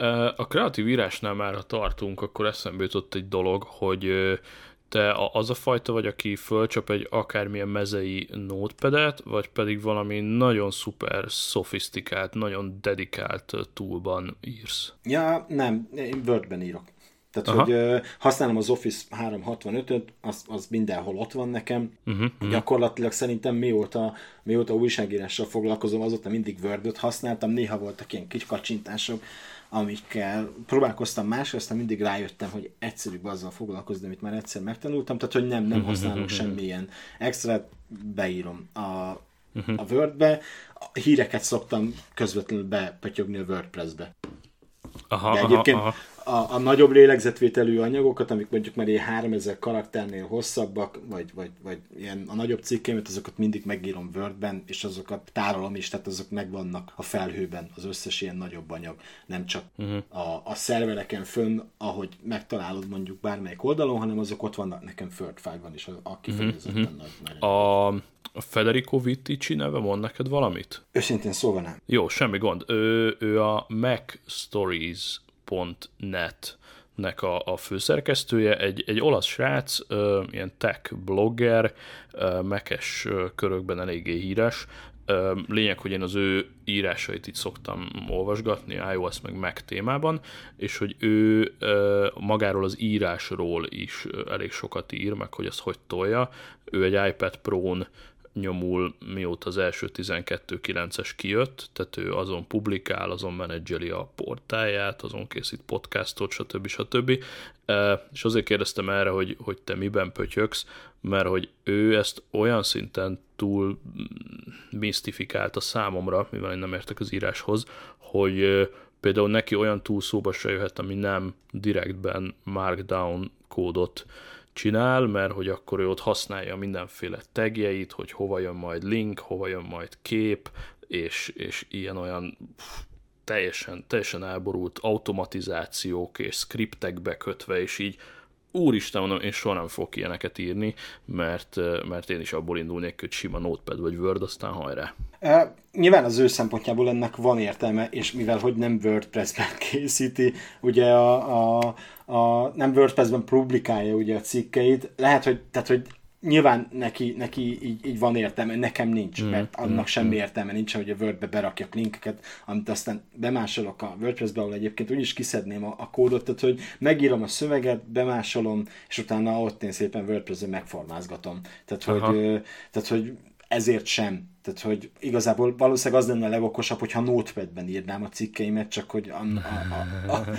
A kreatív írásnál már, ha tartunk, akkor eszembe jutott egy dolog, hogy te az a fajta vagy, aki fölcsap egy akármilyen mezei notepadet, vagy pedig valami nagyon szuper szofisztikált, nagyon dedikált toolban írsz? Ja, nem, én Wordben írok. Tehát, aha. hogy uh, használom az Office háromszázhatvanötöt, az, az mindenhol ott van nekem. Uh-huh, uh-huh. Gyakorlatilag szerintem mióta, mióta újságírással foglalkozom, azóta mindig Wordot használtam. Néha voltak ilyen kis kacsintások, amikkel próbálkoztam másra, aztán mindig rájöttem, hogy egyszerűbb azzal foglalkozni, amit már egyszer megtanultam. Tehát, hogy nem, nem használok semmilyen extra, beírom a, uh-huh. a Wordbe. A híreket szoktam közvetlenül bepötyögni a WordPressbe. Aha, de egyébként aha, aha. A, a nagyobb lélegzetvételű anyagokat, amik mondjuk már ilyen háromezer karakternél hosszabbak, vagy, vagy, vagy ilyen a nagyobb cikkeimet, azokat mindig megírom Wordben, és azokat tárolom is, tehát azok megvannak a felhőben, az összes ilyen nagyobb anyag, nem csak uh-huh. a, a szervereken fönn, ahogy megtalálod mondjuk bármelyik oldalon, hanem azok ott vannak nekem Word file-ban is, a, a kifejezetten uh-huh. nagy. nagy a... A Federico Vittici neve mond neked valamit? Őszintén szóval nem. Jó, semmi gond. Ő, ő a mac stories pont net-nek a, a főszerkesztője, egy, egy olasz srác, ö, ilyen tech blogger, ö, Mac-es körökben eléggé híres. Ö, lényeg, hogy én az ő írásait itt szoktam olvasgatni, iOS meg Mac témában, és hogy ő ö, magáról az írásról is elég sokat ír, meg hogy ezt hogy tolja. Ő egy iPad Pro-n nyomul, mióta az első tizenkettő kilences kijött, tehát ő azon publikál, azon menedzseli a portáját, azon készít podcastot, stb. stb. És azért kérdeztem erre, hogy, hogy te miben pötyöksz, mert hogy ő ezt olyan szinten túl misztifikálta számomra, mivel én nem értek az íráshoz, hogy például neki olyan túl szóba se jöhet, ami nem direktben Markdown kódot csinál, mert hogy akkor ő ott használja mindenféle tagjeit, hogy hova jön majd link, hova jön majd kép, és, és ilyen-olyan teljesen, teljesen elborult automatizációk és skriptekbe kötve, és így úristen, mondom, én soha nem fogok ilyeneket írni, mert, mert én is abból indulnék, hogy sima Notepad vagy Word, aztán hajrá. Uh, nyilván az ő szempontjából ennek van értelme, és mivel hogy nem WordPress-ben készíti, ugye a, a, a nem WordPress-ben publikálja ugye a cikkeit, lehet, hogy, tehát, hogy nyilván neki, neki így, így van értelme, nekem nincs, mm, mert annak mm, semmi mm. értelme nincs, hogy a Wordbe berakjak linkeket, amit aztán bemásolok a WordPress-be, ahol egyébként úgyis kiszedném a, a kódot, tehát hogy megírom a szöveget, bemásolom, és utána ott én szépen WordPress-ben megformázgatom. Tehát, hogy, tehát, hogy ezért sem. Tehát, hogy igazából valószínűleg az lenne a legokosabb, hogyha Notepad-ben írnám a cikkeimet, csak hogy a, a, a, a,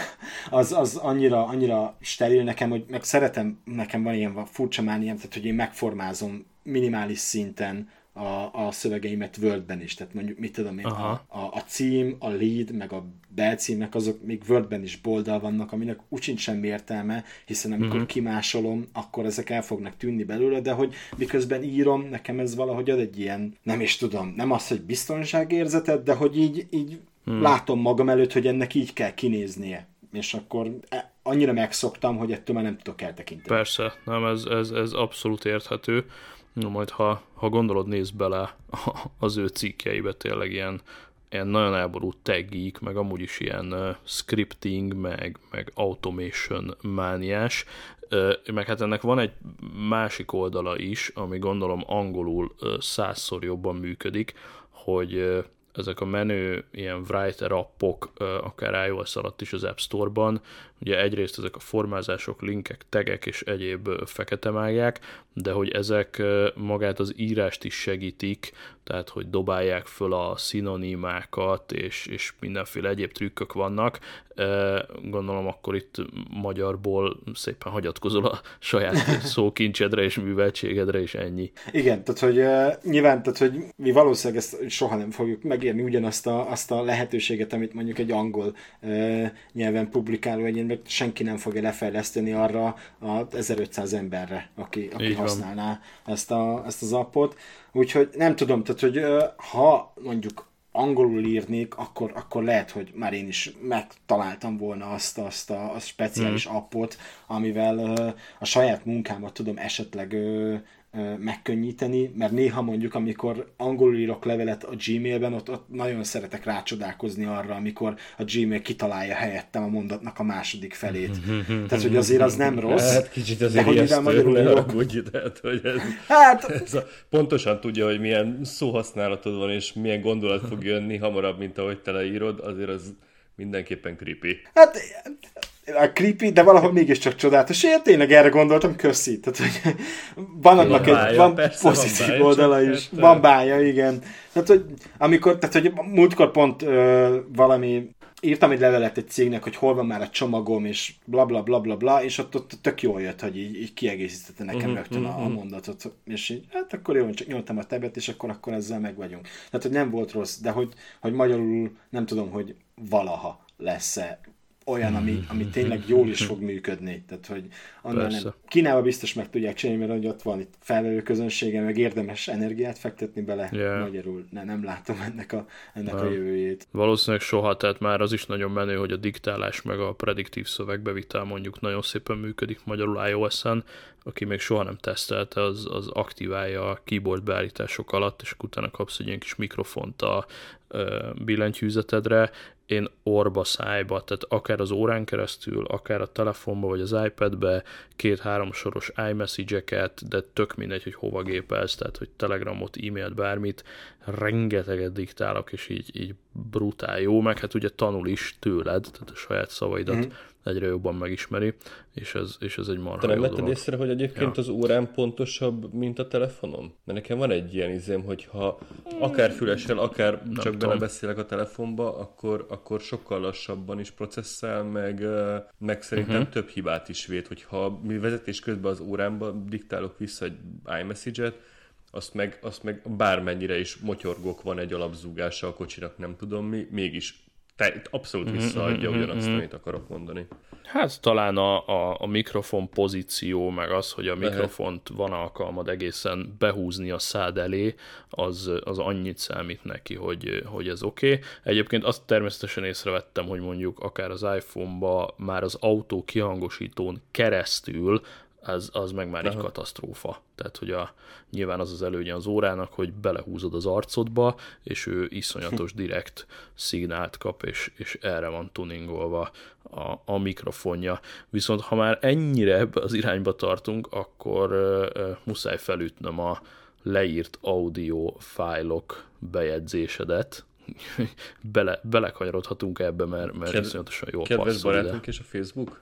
az, az annyira, annyira steril nekem, hogy meg szeretem, nekem van ilyen furcsa mániám, tehát, hogy én megformázom minimális szinten a, a szövegeimet Wordben is. Tehát mondjuk, mit tudom én, a, a, a cím, a lead, meg a belcímek, azok még Wordben is boldal vannak, aminek úgysincs semmi értelme, hiszen amikor uh-huh. kimásolom, akkor ezek el fognak tűnni belőle, de hogy miközben írom, nekem ez valahogy ad egy ilyen, nem is tudom, nem az, hogy biztonságérzetet, de hogy így, így hmm. látom magam előtt, hogy ennek így kell kinéznie. És akkor annyira megszoktam, hogy ettől már nem tudok eltekinteni. Persze, nem, ez, ez, ez abszolút érthető. No, majd ha, ha gondolod, nézd bele az ő cikkeibe, tényleg ilyen, ilyen nagyon elborult taggik, meg amúgy is ilyen uh, scripting, meg, meg automation mániás, uh, meg hát ennek van egy másik oldala is, ami gondolom angolul uh, százszor jobban működik, hogy uh, ezek a menő ilyen writer appok, akár iOS alatt is az App Store-ban, ugye egyrészt ezek a formázások, linkek, tagek és egyéb fekete mágják, de hogy ezek magát az írást is segítik, tehát hogy dobálják föl a szinonimákat, és, és mindenféle egyéb trükkök vannak. Gondolom akkor itt magyarból szépen hagyatkozol a saját szókincsedre és műveltségedre, és ennyi. Igen, tehát hogy uh, nyilván, tehát hogy mi valószínűleg ezt soha nem fogjuk megérni ugyanazt a, azt a lehetőséget, amit mondjuk egy angol uh, nyelven publikáló egyén, meg senki nem fogja lefejleszteni arra az ezerötszáz emberre, aki, aki használná ezt, a, ezt az appot. Úgyhogy nem tudom, tehát hogy uh, ha mondjuk angolul írnék, akkor, akkor lehet, hogy már én is megtaláltam volna azt, azt a, a speciális mm. appot, amivel uh, a saját munkámat tudom esetleg uh, uh, megkönnyíteni, mert néha mondjuk, amikor angolul írok levelet a Gmailben, ott, ott nagyon szeretek rácsodálkozni arra, amikor a Gmail kitalálja helyettem a mondatnak a második felét. Tehát, hogy azért az nem rossz. Hát kicsit azért ijesztő, ne aggódj, tehát, hogy ez, hát, ez a, pontosan tudja, hogy milyen szóhasználatod van, és milyen gondolat fog jönni hamarabb, mint ahogy te leírod, azért az mindenképpen creepy. Hát a creepy, de valahol mégiscsak csodálatos. Én tényleg erre gondoltam, köszi. Tehát, hogy van annak van egy bája, van persze, pozitív van bája, oldala is. Hát, van bája, igen. Tehát, hogy amikor, tehát, hogy múltkor pont ö, valami, írtam egy levelet egy cégnek, hogy hol van már a csomagom, és bla bla bla bla bla, és ott, ott tök jól jött, hogy így, így kiegészítette nekem uh-huh, rögtön uh-huh. a, a mondatot. És így, hát akkor jó, csak nyomtam a tabet, és akkor, akkor ezzel meg vagyunk. Tehát, hogy nem volt rossz, de hogy, hogy magyarul nem tudom, hogy valaha lesz-e olyan, ami, ami tényleg jól is fog működni. Tehát, hogy annál nem. Kínában biztos meg tudják csinálni, mert ott van itt felvevő közönsége, meg érdemes energiát fektetni bele. Yeah. Magyarul ne, nem látom ennek, a, ennek a jövőjét. Valószínűleg soha, tehát már az is nagyon menő, hogy a diktálás meg a prediktív szövegbevitel mondjuk nagyon szépen működik magyarul iOS-en. Aki még soha nem tesztelte, az, az aktiválja a keyboard beállítások alatt, és utána kapsz egy ilyen kis mikrofont a ö, billentyűzetedre. Én orba szájba, tehát akár az órán keresztül, akár a telefonba vagy az iPadbe két-három soros iMessage-eket, de tök mindegy, hogy hova gépelsz, tehát hogy Telegramot, e-mailt, bármit, rengeteget diktálok, és így, így brutál jó, meg hát ugye tanul is tőled, tehát a saját szavaidat mm. egyre jobban megismeri, és ez, és ez egy marha Te nem jó vetted dolog. észre, hogy egyébként Ja. az órán pontosabb, mint a telefonom? Mert nekem van egy ilyen izém, hogy ha akár fülessel, akár Nem csak tudom. belebeszélek a telefonba, akkor, akkor sokkal lassabban is processzál, meg, ö, meg szerintem Mhm. uh-huh. több hibát is véd, hogyha mi vezetés közben az órámba diktálok vissza egy iMessage-et, azt meg, azt meg bármennyire is motyorgok van egy alapzúgása a kocsinak, nem tudom mi, mégis te, abszolút visszaadja Mhm, ugyanazt, mhm. amit akarok mondani. Hát talán a, a, a mikrofon pozíció, meg az, hogy a Lehet. mikrofont van alkalmad egészen behúzni a szád elé, az, az annyit számít neki, hogy, hogy ez oké. Okay. Egyébként azt természetesen észrevettem, hogy mondjuk akár az iPhone-ba már az autó kihangosítón keresztül az, az meg már egy Aha. katasztrófa. Tehát, hogy a, nyilván az az előnye az órának, hogy belehúzod az arcodba, és ő iszonyatos direkt szignált kap, és, és erre van tuningolva a, a mikrofonja. Viszont ha már ennyire ebbe az irányba tartunk, akkor uh, uh, muszáj felütnöm a leírt audio fájlok bejegyzésedet. Bele, belekanyarodhatunk ebbe, mert, mert Ked- iszonyatosan jól Kedves passzol ide. barátunk és a Facebook?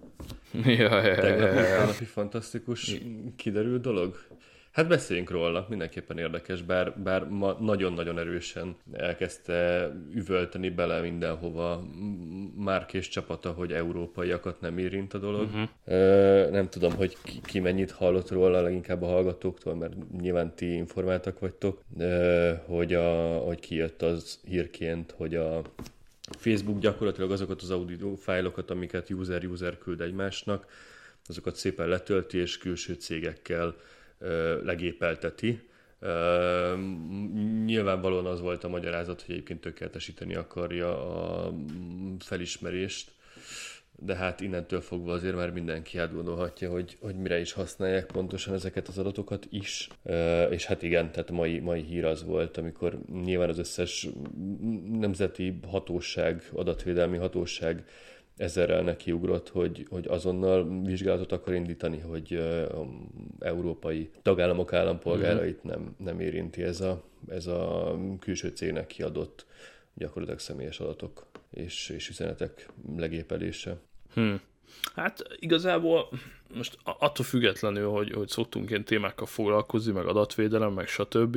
Ja, ja, ja, Tegnap ja, ja. munkánapi fantasztikus kiderült dolog? Hát beszéljünk róla, mindenképpen érdekes, bár, bár ma nagyon-nagyon erősen elkezdte üvölteni bele mindenhova Márk és csapata, hogy európaiakat nem érint a dolog. Uh-huh. Ö, nem tudom, hogy ki, ki mennyit hallott róla, leginkább a hallgatóktól, mert nyilván ti informáltak vagytok, ö, hogy, a, hogy kijött az hírként, hogy a Facebook gyakorlatilag azokat az audio fájlokat, amiket user-user küld egymásnak, azokat szépen letölti és külső cégekkel ö, legépelteti. Ö, nyilvánvalóan az volt a magyarázat, hogy egyébként tökéletesíteni akarja a felismerést, de hát innentől fogva azért már mindenki átgondolhatja, hogy, hogy mire is használják pontosan ezeket az adatokat is. E, és hát igen, tehát mai, mai hír az volt, amikor nyilván az összes nemzeti hatóság, adatvédelmi hatóság ezerrel nekiugrott, hogy, hogy azonnal vizsgálatot akar indítani, hogy uh, európai tagállamok állampolgárait nem, nem érinti ez a, ez a külső cégnek kiadott gyakorlatilag személyes adatok és, és üzenetek legépelése. Hmm. Hát igazából most attól függetlenül, hogy, hogy szoktunk ilyen témákkal foglalkozni, meg adatvédelem, meg stb.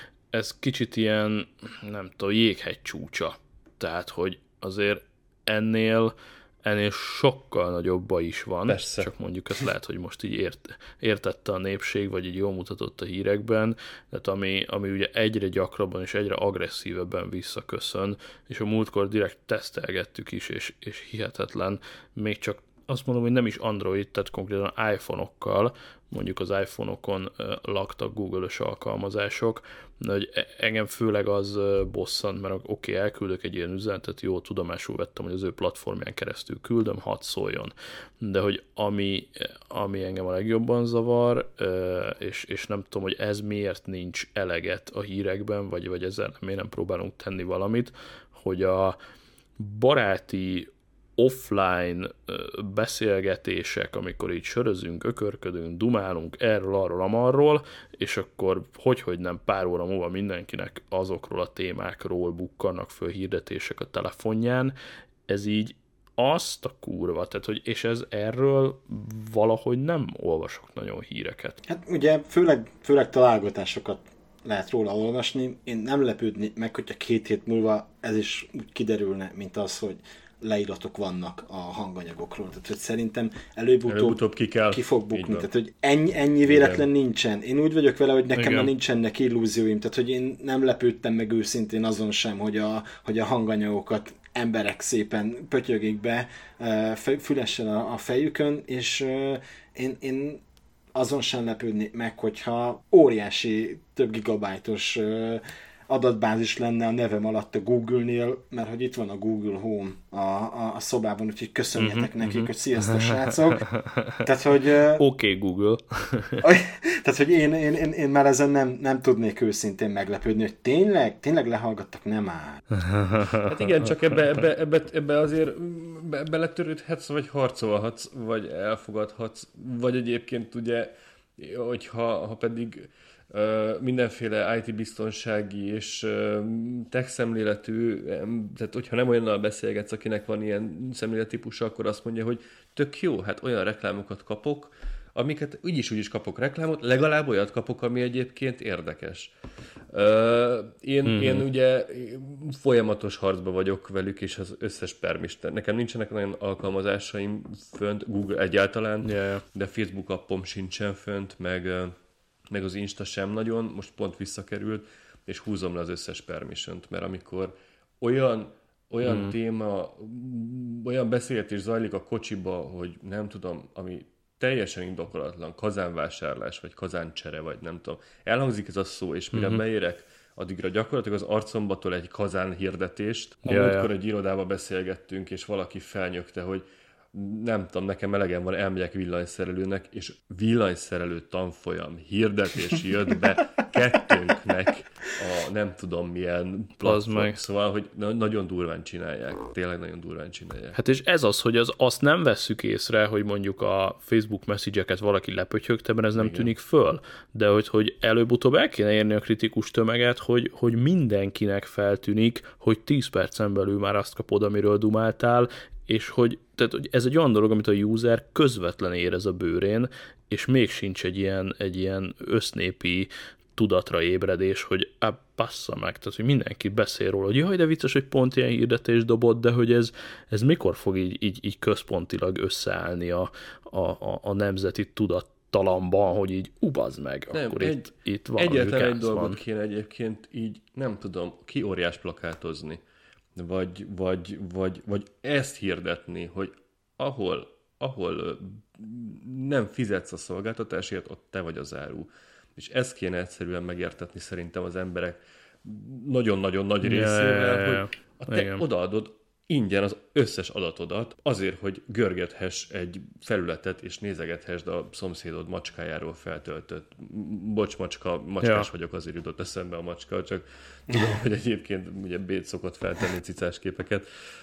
Ez kicsit ilyen, nem tudom, jéghegy csúcsa. Tehát, hogy azért ennél ennél sokkal nagyobb baj is van. Persze. Csak mondjuk ezt lehet, hogy most így ért, értette a népség, vagy így jól mutatott a hírekben, tehát ami, ami ugye egyre gyakrabban és egyre agresszívebben visszaköszön, és a múltkor direkt tesztelgettük is, és, és hihetetlen, még csak azt mondom, hogy nem is Android, tehát konkrétan iPhone-okkal, mondjuk az iPhone-okon uh, laktak Google-ös alkalmazások, de hogy engem főleg az uh, bosszant, mert oké, okay, elküldök egy ilyen üzenetet, jó, tudomásul vettem, hogy az ő platformján keresztül küldöm, hadd szóljon. De hogy ami, ami engem a legjobban zavar, uh, és, és nem tudom, hogy ez miért nincs eleget a hírekben, vagy, vagy ezzel miért nem próbálunk tenni valamit, hogy a baráti offline beszélgetések, amikor így sörözünk, ökörködünk, dumálunk erről, arról, amarról, és akkor hogyhogy nem pár óra múlva mindenkinek azokról a témákról bukkannak föl hirdetések a telefonján, ez így azt a kurva, tehát hogy, és ez erről valahogy nem olvasok nagyon híreket. Hát ugye főleg, főleg találgatásokat lehet róla olvasni. Én nem lepődnék meg, hogyha két hét múlva ez is úgy kiderülne, mint az, hogy leíratok vannak a hanganyagokról. Tehát, hogy szerintem előbb-utóbb, Előbb-utóbb ki kell. ki fog Így bukni. van. Tehát, hogy ennyi, ennyi véletlen Igen. nincsen. Én úgy vagyok vele, hogy nekem Igen. már nincsenek illúzióim. Tehát, hogy én nem lepődtem meg őszintén azon sem, hogy a, hogy a hanganyagokat emberek szépen pötyögik be fülessel a, a fejükön, és én, én azon sem lepődnék meg, hogyha óriási, több gigabájtos adatbázis lenne a nevem alatt a Google-nél, mert hogy itt van a Google Home a, a, a szobában, úgyhogy köszönjetek uh-huh, nekik, uh-huh. hogy sziasztok, srácok. Tehát, hogy... Oké, okay, Google. Tehát, hogy én, én, én, én már ezen nem, nem tudnék őszintén meglepődni, hogy tényleg, tényleg lehallgattak, nem áll. Hát igen, csak ebbe, ebbe, ebbe, ebbe azért be, beletörődhetsz, vagy harcolhatsz, vagy elfogadhatsz, vagy egyébként ugye, hogyha ha pedig mindenféle í té-biztonsági és tech szemléletű, tehát hogyha nem olyannal beszélgetsz, akinek van ilyen szemlélettípusa, akkor azt mondja, hogy tök jó, hát olyan reklámokat kapok, amiket úgyis úgyis kapok reklámot, legalább olyat kapok, ami egyébként érdekes. Én, mm-hmm. én ugye folyamatos harcba vagyok velük, és az összes permisten. Nekem nincsenek olyan alkalmazásaim fönt, Google egyáltalán, yeah. de Facebook appom sincsen fönt, meg, meg az Insta sem nagyon, most pont visszakerült, és húzom le az összes permissiont, mert amikor olyan olyan mm. téma, olyan beszélgetés zajlik a kocsiba, hogy nem tudom, ami teljesen indokolatlan, kazánvásárlás, vagy kazáncsere, vagy nem tudom. Elhangzik ez a szó, és mire mm-hmm. beérek, addigra gyakorlatilag az arcombatól egy kazán hirdetést. Ja, Amikor ja. egy irodába beszélgettünk, és valaki felnyögte, hogy nem tudom, nekem elegem van, elmegyek villanyszerelőnek, és villanyszerelő tanfolyam hirdetés jött be kettőnknek a nem tudom milyen platform. Szóval, hogy nagyon durván csinálják. Tényleg nagyon durván csinálják. Hát és ez az, hogy az, azt nem vesszük észre, hogy mondjuk a Facebook message-eket valaki lepötyögte, mert ez nem Igen. tűnik föl. De hogy, hogy előbb-utóbb el kéne érni a kritikus tömeget, hogy, hogy mindenkinek feltűnik, hogy tíz percen belül már azt kapod, amiről dumáltál, és hogy, tehát, hogy ez egy olyan dolog, amit a user közvetlen érez a bőrén, és még sincs egy ilyen, egy ilyen össznépi tudatra ébredés, hogy á, passza meg, tehát hogy mindenki beszél róla, hogy jaj, de vicces, hogy pont ilyen hirdetés dobott, de hogy ez, ez mikor fog így, így, így központilag összeállni a, a, a, a nemzeti tudattalamban, hogy így ubazd meg, nem, akkor egy, itt, itt van. Egyetlen egy dolgot van. Kéne egyébként így, nem tudom, kióriás plakátozni. Vagy, vagy, vagy, vagy ezt hirdetni, hogy ahol, ahol nem fizetsz a szolgáltatásért, ott te vagy az áru. És ezt kéne egyszerűen megértetni szerintem az emberek nagyon-nagyon nagy részével, yeah, hogy a te Igen. odaadod ingyen az összes adatodat azért, hogy görgethess egy felületet, és nézegethessd a szomszédod macskájáról feltöltött. Bocs, macska, macskás ja. vagyok, azért jutott eszembe a macska, csak tudom, hogy egyébként ugye Bét szokott feltenni cicás képeket,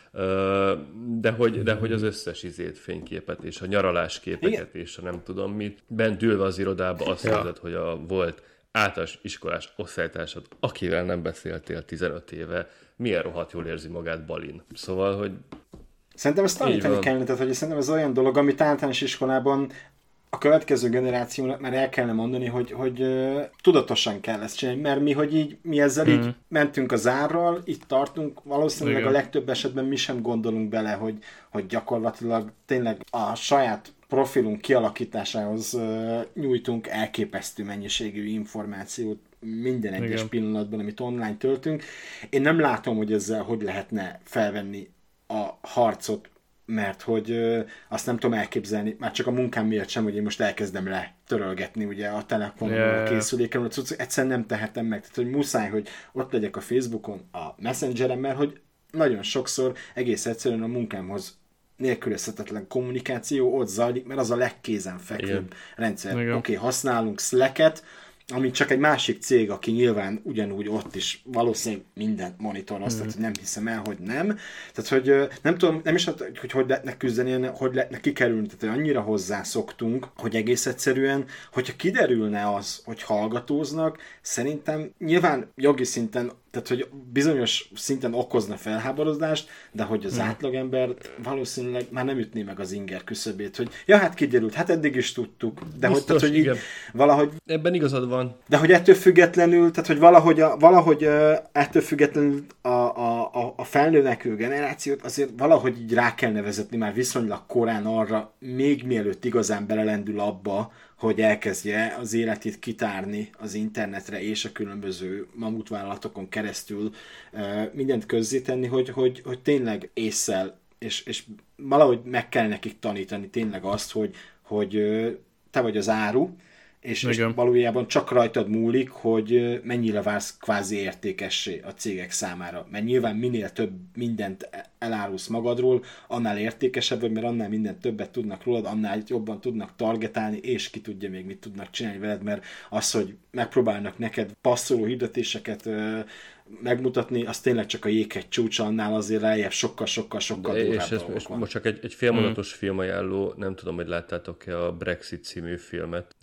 de hogy, de hogy az összes izét, fényképet, és a nyaralás képeket, Igen. és a nem tudom mit. Bent ülve az irodába azt ja. mondod, hogy a volt általános iskolás osztálytársad, akivel nem beszéltél tizenöt éve, milyen rohadt jól érzi magát Balin. Szóval, hogy... Szerintem ezt tanítani kellene, tehát, hogy szerintem ez olyan dolog, amit általános iskolában a következő generációnak már el kellene mondani, hogy, hogy uh, tudatosan kell ezt csinálni, mert mi, hogy így, mi ezzel mm. így mentünk az árral, itt tartunk, valószínűleg Igen. a legtöbb esetben mi sem gondolunk bele, hogy, hogy gyakorlatilag tényleg a saját profilunk kialakításához uh, nyújtunk elképesztő mennyiségű információt minden egyes Igen. pillanatban, amit online töltünk. Én nem látom, hogy ezzel hogy lehetne felvenni a harcot, mert hogy ö, azt nem tudom elképzelni, már csak a munkám miatt sem, hogy én most elkezdem letörölgetni ugye a telefonon yeah. a készüléken, egyszerűen nem tehetem meg, tehát hogy muszáj, hogy ott legyek a Facebookon, a Messengeren, mert hogy nagyon sokszor egész egyszerűen a munkámhoz nélkülözhetetlen kommunikáció ott zajlik, mert az a legkézenfekvőbb rendszer. Oké, okay, használunk Slack-et, ami csak egy másik cég, aki nyilván ugyanúgy ott is valószínűleg mindent monitoroztat, mm. tehát nem hiszem el, hogy nem. Tehát, hogy nem tudom, nem is, hogy hogy, hogy lehetne küzdeni, hogy lehetne kikerülni, tehát annyira hozzászoktunk, hogy egész egyszerűen, hogyha kiderülne az, hogy hallgatóznak, szerintem nyilván jogi szinten, tehát, hogy bizonyos szinten okozna felháborodást, de hogy az hmm. átlagember valószínűleg már nem ütné meg az inger küszöbét, hogy ja, hát kiderült, hát eddig is tudtuk, de Biztos, hogy, tehát, hogy így, valahogy... Ebben igazad van. De hogy ettől függetlenül, tehát, hogy valahogy, a, valahogy ettől függetlenül a, a, a felnővekvő generációt azért valahogy így rá kell nevezetni már viszonylag korán arra, még mielőtt igazán belelendül abba, hogy elkezdje az életét kitárni az internetre és a különböző mamutvállalatokon keresztül mindent közzétenni, hogy, hogy, hogy tényleg ésszel, és, és valahogy meg kell nekik tanítani tényleg azt, hogy, hogy te vagy az áru, és, és valójában csak rajtad múlik, hogy mennyire válsz kvázi értékessé a cégek számára. Mert nyilván minél több mindent elárulsz magadról, annál értékesebb vagy, mert annál mindent többet tudnak rólad, annál jobban tudnak targetálni, és ki tudja még mit tudnak csinálni veled, mert az, hogy megpróbálnak neked passzoló hirdetéseket megmutatni, az tényleg csak a jéghegy csúcsa, annál azért lejjebb sokkal-sokkal-sokkal durvább és ez most, most csak egy, egy félmondatos hmm. filmajánló, nem tudom, hogy láttátok-e a Brexit című filmet. A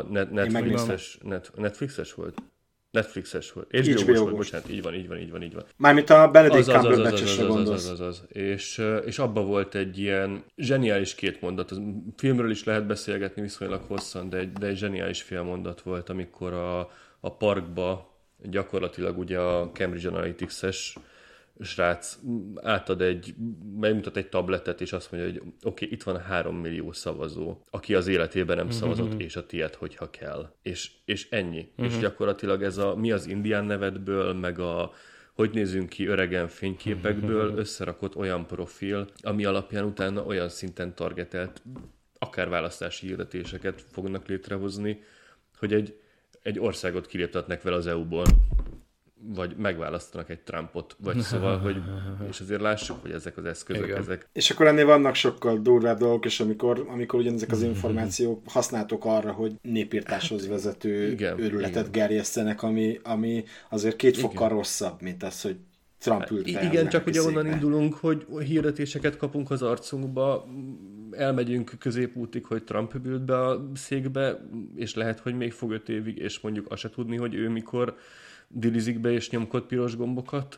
a net, Netflixes, net, Netflixes volt? Netflixes volt. És há bé ó volt, bocsánat, így van, így van, így van, így van. Mármint a Benedict Az, az, az, az, az, Cumberbatch-esre az, az, gondolsz. az, az, az. És, és abban volt egy ilyen zseniális két mondat. A filmről is lehet beszélgetni viszonylag hosszan, de egy, de egy zseniális fél mondat volt, amikor a, a parkba gyakorlatilag ugye a Cambridge Analytics-es srác átad egy, megmutat egy tabletet, és azt mondja, hogy oké, okay, itt van három millió szavazó, aki az életében nem szavazott, és a tiéd, hogyha kell. És, és ennyi. Uh-huh. És gyakorlatilag ez a mi az indián nevedből, meg a hogy nézünk ki öregen fényképekből összerakott olyan profil, ami alapján utána olyan szinten targetelt, akár választási hirdetéseket fognak létrehozni, hogy egy, egy országot kiléptetnek vele az é u-ból, vagy megválasztanak egy Trumpot, vagy szóval, hogy, és azért lássuk, hogy ezek az eszközök, igen. ezek... És akkor ennél vannak sokkal durvább dolgok, és amikor, amikor ugyanezek az információk használtok arra, hogy népírtáshoz vezető igen, őrületet igen. gerjesztenek, ami, ami azért két fokkal igen. rosszabb, mint az, hogy Trump ült be. Igen, csak ugye onnan indulunk, hogy hirdetéseket kapunk az arcunkba, elmegyünk középútig, hogy Trump ült be a székbe, és lehet, hogy még fog öt évig, és mondjuk azt se tudni, hogy ő mikor dilizik be és nyomkod piros gombokat,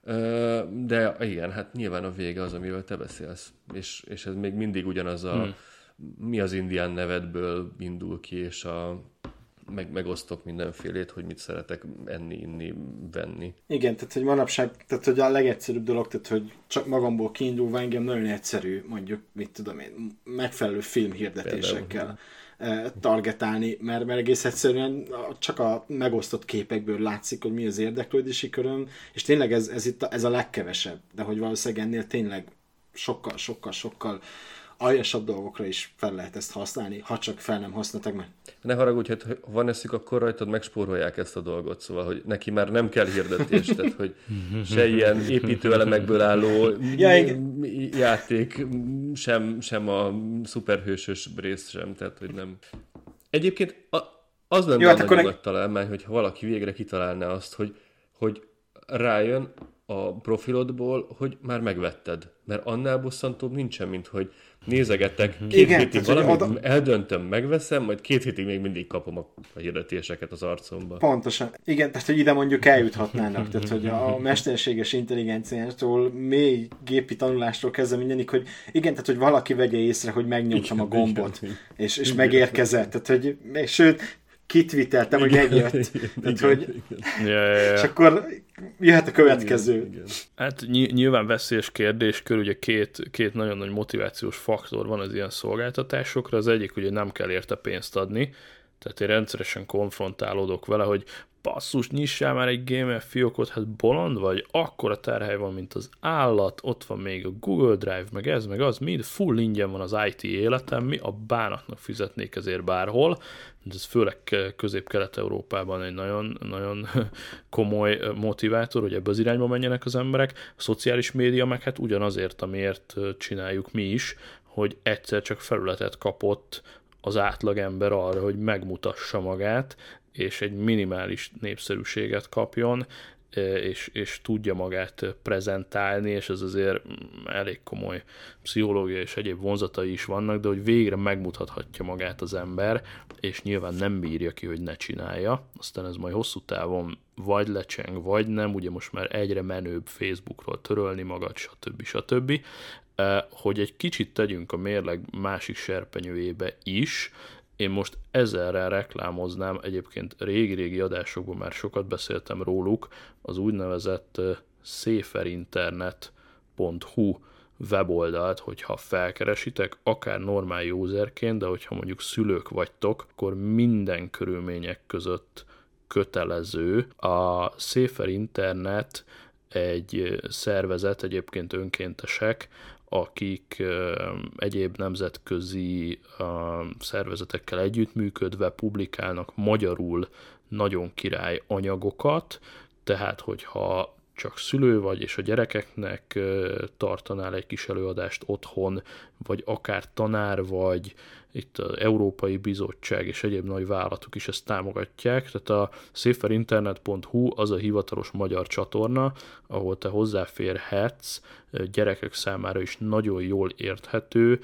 de igen, hát nyilván a vége az, amiről te beszélsz. És, és ez még mindig ugyanaz a hmm. mi az indián nevedből indul ki, és a, meg, megosztok mindenfélét, hogy mit szeretek enni, inni, venni. Igen, tehát hogy manapság, tehát hogy a legegyszerűbb dolog, tehát hogy csak magamból kiindulva engem nagyon egyszerű, mondjuk, mit tudom én, megfelelő filmhirdetésekkel. Például. targetálni, mert, mert egész egyszerűen csak a megosztott képekből látszik, hogy mi az érdeklődési köröm, és tényleg ez, ez, itt a, ez a legkevesebb, de hogy valószínűleg ennél tényleg sokkal, sokkal, sokkal aljasabb dolgokra is fel lehet ezt használni, ha csak fel nem használtak meg. Ne haragudj, hát, ha van eszük, akkor rajtad megspórolják ezt a dolgot, szóval, hogy neki már nem kell hirdetés, tehát, hogy se ilyen építőelemekből álló ja, játék, sem, sem a szuperhősös rész sem, tehát, hogy nem. Egyébként a, az lenne hát nagyon nagy találmány, hogyha valaki végre kitalálná azt, hogy, hogy rájön a profilodból, hogy már megvetted. Mert annál bosszantóbb nincsen, mint hogy nézegettek két igen, hétig valamit, oda... eldöntöm, megveszem, majd két hétig még mindig kapom a, a hirdetéseket az arcomba. Pontosan. Igen, tehát hogy ide mondjuk eljuthatnának. Tehát, hogy a mesterséges intelligenciától, mély gépi tanulástól kezdve mindenik, hogy igen, tehát, hogy valaki vegye észre, hogy megnyomtam igen, a gombot, igen, és, és igen, megérkezett. Tehát, hogy sőt, kitviteltem, hogy megjött. Tehát, hogy... Ja, ja, ja. És akkor jöhet a következő. Igen, igen. Hát ny- nyilván veszélyes kérdéskör, ugye két, két nagyon nagy motivációs faktor van az ilyen szolgáltatásokra. Az egyik, ugye nem kell érte pénzt adni, tehát én rendszeresen konfrontálódok vele, hogy basszus, nyissál már egy gamer fiókot, hát bolond vagy, akkora terhely van, mint az állat, ott van még a Google Drive, meg ez, meg az, mind full ingyen van az i té életem, mi a bánatnak fizetnék ezért bárhol, ez főleg Közép-Kelet-Európában egy nagyon, nagyon komoly motivátor, hogy ebbe az irányba menjenek az emberek. A szociális média meg hát ugyanazért, amiért csináljuk mi is, hogy egyszer csak felületet kapott az átlagember arra, hogy megmutassa magát, és egy minimális népszerűséget kapjon, és, és tudja magát prezentálni, és ez azért elég komoly pszichológiai és egyéb vonzatai is vannak, de hogy végre megmutathatja magát az ember, és nyilván nem bírja ki, hogy ne csinálja. Aztán ez majd hosszú távon vagy lecseng, vagy nem, ugye most már egyre menőbb Facebookról törölni magad, stb. stb. Hogy egy kicsit tegyünk a mérleg másik serpenyőjébe is. Én most ezerrel reklámoznám, egyébként régi-régi adásokban már sokat beszéltem róluk, az úgynevezett széferinternet pont hu weboldalt, hogyha felkeresitek, akár normál userként, de hogyha mondjuk szülők vagytok, akkor minden körülmények között kötelező. A Safer Internet egy szervezet, egyébként önkéntesek, akik egyéb nemzetközi szervezetekkel együttműködve publikálnak magyarul nagyon király anyagokat, tehát hogyha csak szülő vagy, és a gyerekeknek tartanál egy kis előadást otthon, vagy akár tanár vagy, itt az Európai Bizottság és egyéb nagy vállalatok is ezt támogatják, tehát a szaferinternet pont hu az a hivatalos magyar csatorna, ahol te hozzáférhetsz gyerekek számára is nagyon jól érthető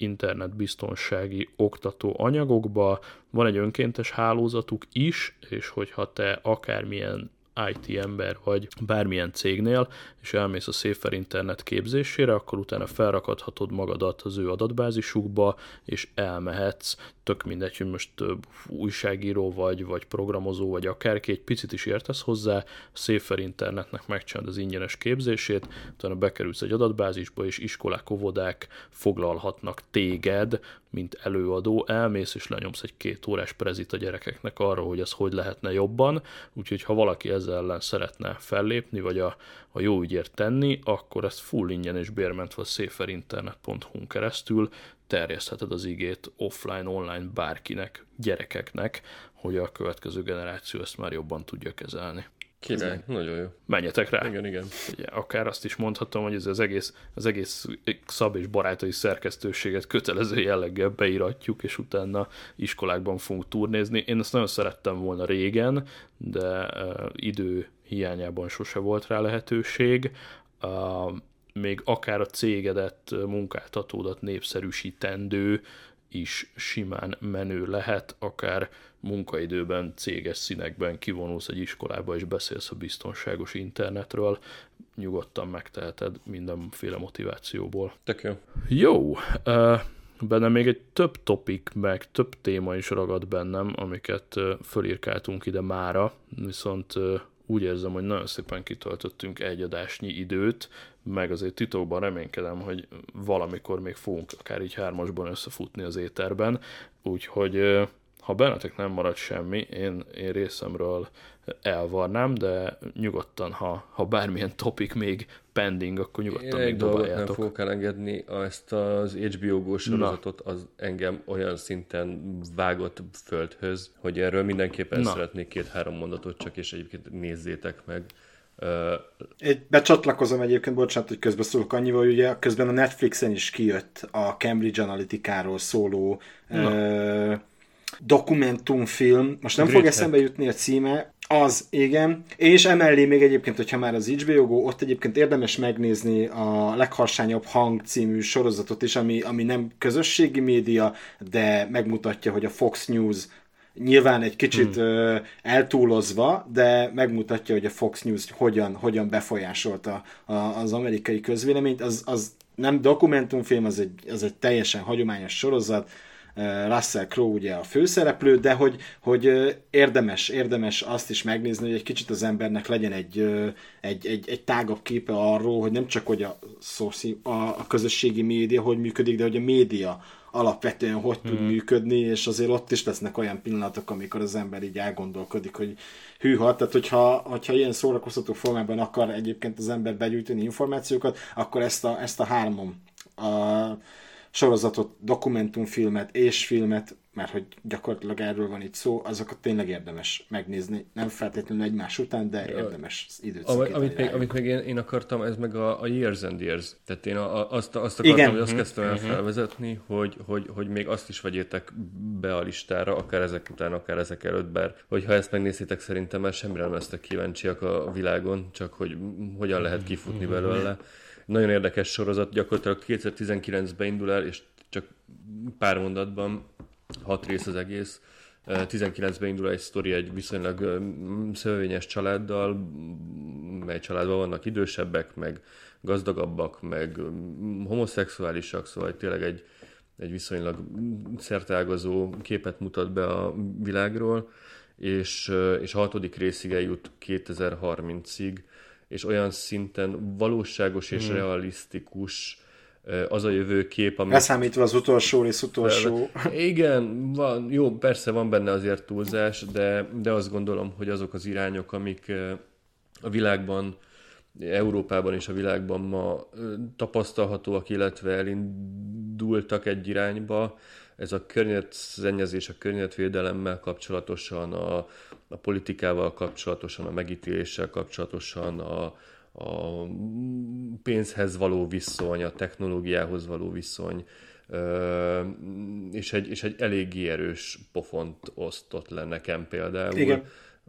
internetbiztonsági oktató anyagokba. Van egy önkéntes hálózatuk is, és hogyha te akármilyen i té ember vagy bármilyen cégnél, és elmész a Safer Internet képzésére, akkor utána felrakadhatod magadat az ő adatbázisukba, és elmehetsz, tök mindegy, hogy most újságíró vagy, vagy programozó, vagy akárki, egy picit is értesz hozzá, a Safer Internetnek megcsinálod az ingyenes képzését, utána bekerülsz egy adatbázisba, és iskolák, óvodák foglalhatnak téged, mint előadó, elmész és lenyomsz egy két órás prezit a gyerekeknek arra, hogy ez hogy lehetne jobban, úgyhogy ha valaki ezzel ellen szeretne fellépni, vagy a, a jó ügyért tenni, akkor ezt full ingyen és bérmentve a szaferinternet pont hu-n keresztül terjesztheted az igét offline, online bárkinek, gyerekeknek, hogy a következő generáció ezt már jobban tudja kezelni. Király, nagyon jó. Menjetek rá. Igen, igen. Ugye, akár azt is mondhatom, hogy ez az egész, az egész Szab és barátai szerkesztőséget kötelező jelleggel beíratjuk, és utána iskolákban fogunk turnézni. Én ezt nagyon szerettem volna régen, de uh, idő hiányában sose volt rá lehetőség. Uh, még akár a cégedet, munkáltatódat népszerűsítendő is simán menő lehet, akár munkaidőben, céges színekben kivonulsz egy iskolába és beszélsz a biztonságos internetről, nyugodtan megteheted mindenféle motivációból. Tök jó. Jó, benne még egy több topik, meg több téma is ragad bennem, amiket fölírkáltunk ide mára, viszont úgy érzem, hogy nagyon szépen kitöltöttünk egy adásnyi időt, meg azért titokban reménykedem, hogy valamikor még fogunk akár így hármasban összefutni az éterben, úgyhogy ha bennetek nem marad semmi, én, én részemről elvarnám, de nyugodtan, ha, ha bármilyen topik még pending, akkor nyugodtan én még dobáljátok. Nem fogok elengedni, ezt az há bé o Go sorozatot, az engem olyan szinten vágott földhöz, hogy erről mindenképpen Na. szeretnék két-három mondatot csak, és egyébként nézzétek meg. Egy, becsatlakozom egyébként, bocsánat, hogy közbeszólok annyival, hogy ugye közben a Netflixen is kijött a Cambridge Analytica-ról szóló ö, dokumentumfilm, most nem Great fog eszembe jutni a címe, az, igen, és emellé még egyébként, hogyha már az há bé o Go, ott egyébként érdemes megnézni a Legharsányabb hang című sorozatot is, ami, ami nem közösségi média, de megmutatja, hogy a Fox News nyilván egy kicsit hmm. ö, eltúlozva, de megmutatja, hogy a Fox News hogyan, hogyan befolyásolta a, az amerikai közvéleményt. Az, az nem dokumentumfilm, az egy, az egy teljesen hagyományos sorozat, Russell Crowe ugye a főszereplő, de hogy, hogy érdemes, érdemes azt is megnézni, hogy egy kicsit az embernek legyen egy, egy, egy, egy tágabb képe arról, hogy nem csak hogy a, a, a közösségi média hogy működik, de hogy a média alapvetően hogy tud hmm. működni, és azért ott is lesznek olyan pillanatok, amikor az ember így elgondolkodik, hogy hűha, tehát hogyha, hogyha ilyen szórakoztató formában akar egyébként az ember begyűjteni információkat, akkor ezt a, ezt a hármon a sorozatot, dokumentumfilmet és filmet, mert hogy gyakorlatilag erről van itt szó, azokat tényleg érdemes megnézni. Nem feltétlenül egymás után, de érdemes időt szakítani. Amit még, amit még én, én akartam, ez meg a, a Years and Years. Tehát én a, a, azt, azt akartam, Igen. hogy azt kezdtem el felvezetni, hogy, hogy, hogy még azt is vegyétek be a listára, akár ezek után, akár ezek előtt, bár hogyha ezt megnézitek, szerintem már semmire nem lesztek kíváncsiak a világon, csak hogy hogyan lehet kifutni belőle. Nagyon érdekes sorozat, gyakorlatilag kétezer-tizenkilencben indul el, és csak pár mondatban, hat rész az egész. tizenkilencben indul egy sztori egy viszonylag szövevényes családdal, mely családban vannak idősebbek, meg gazdagabbak, meg homoszexuálisak, szóval tényleg egy, egy viszonylag szerteágazó képet mutat be a világról, és, és a hatodik részig eljut kétezer-harmincig, és olyan szinten valóságos és hmm. realisztikus az a jövőkép, ami... Leszámítva az utolsó rész, utolsó... Igen, van, jó, persze van benne azért túlzás, de, de azt gondolom, hogy azok az irányok, amik a világban, Európában és a világban ma tapasztalhatóak, illetve elindultak egy irányba, ez a környezetszennyezés, a környezetvédelemmel kapcsolatosan, a, a politikával kapcsolatosan, a megítéléssel kapcsolatosan, a, a pénzhez való viszony, a technológiához való viszony, és egy, és egy eléggé erős pofont osztott le nekem például. Igen.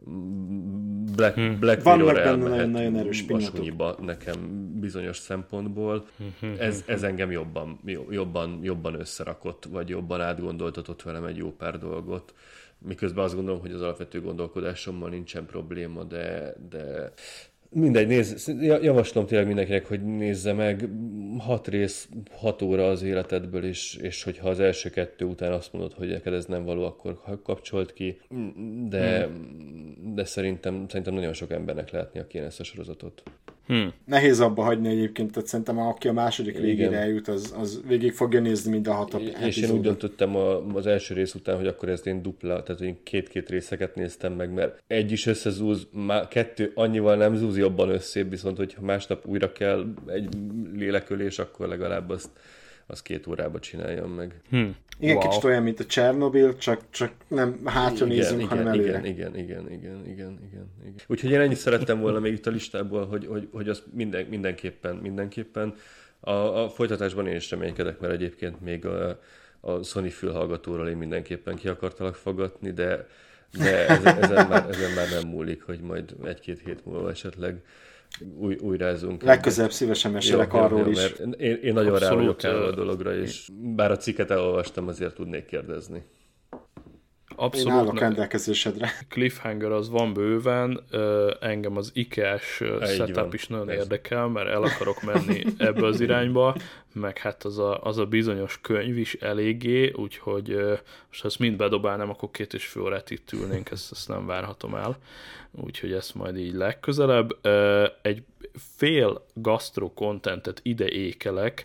Black, hmm. Black Mirror elmehet nagyon, nagyon erős a sunyiba nekem bizonyos szempontból. Ez, ez engem jobban, jobban, jobban összerakott, vagy jobban átgondoltatott velem egy jó pár dolgot. Miközben azt gondolom, hogy az alapvető gondolkodásommal nincsen probléma, de, de mindegy, nézz, javaslom tényleg mindenkinek, hogy nézze meg, hat rész, hat óra az életedből, és, és hogyha az első kettő után azt mondod, hogy neked ez nem való, akkor kapcsolt ki, de, hmm. de szerintem, szerintem nagyon sok embernek látnia kéne ezt a sorozatot. Hmm. Nehéz abba hagyni egyébként, tehát szerintem aki a második végére eljut, az, az végig fogja nézni mind a hat epizódot. És én úgy döntöttem a, az első rész után, hogy akkor ezt én dupla, tehát én két-két részeket néztem meg, mert egy is összezúz, má, kettő annyival nem zúz jobban összébb, viszont hogyha másnap újra kell egy lélekölés, akkor legalább azt, azt két órába csináljam meg. Hmm. Igen, wow. Kicsit olyan, mint a Csernobil, csak, csak nem hátra igen, nézünk, igen, hanem előre. Igen, igen, igen, igen, igen, igen, igen. Úgyhogy én ennyit szerettem volna még itt a listából, hogy, hogy, hogy az minden, mindenképpen, mindenképpen. A, a folytatásban én is reménykedek, mert egyébként még a, a Sony fülhallgatóról én mindenképpen ki akartalak fogatni, de, de ezen, ezen, már, ezen már nem múlik, hogy majd egy-két hét múlva esetleg új, újrázunk. Legközelebb szívesen mesélek arról jó, is. Én, én nagyon rá vagyok erre a dologra, és bár a cikket elolvastam, azért tudnék kérdezni. Abszolút. Én állok rendelkezésedre. Cliffhanger az van bőven, engem az IKEA-s setup van, is nagyon ez. érdekel, mert el akarok menni ebbe az irányba, meg hát az a, az a bizonyos könyv is eléggé, úgyhogy most ha ezt mind bedobálnám, akkor két és fél órát itt ülnénk, ezt, ezt nem várhatom el. Úgyhogy ezt majd így legközelebb. Egy fél gasztro contentet ide ékelek,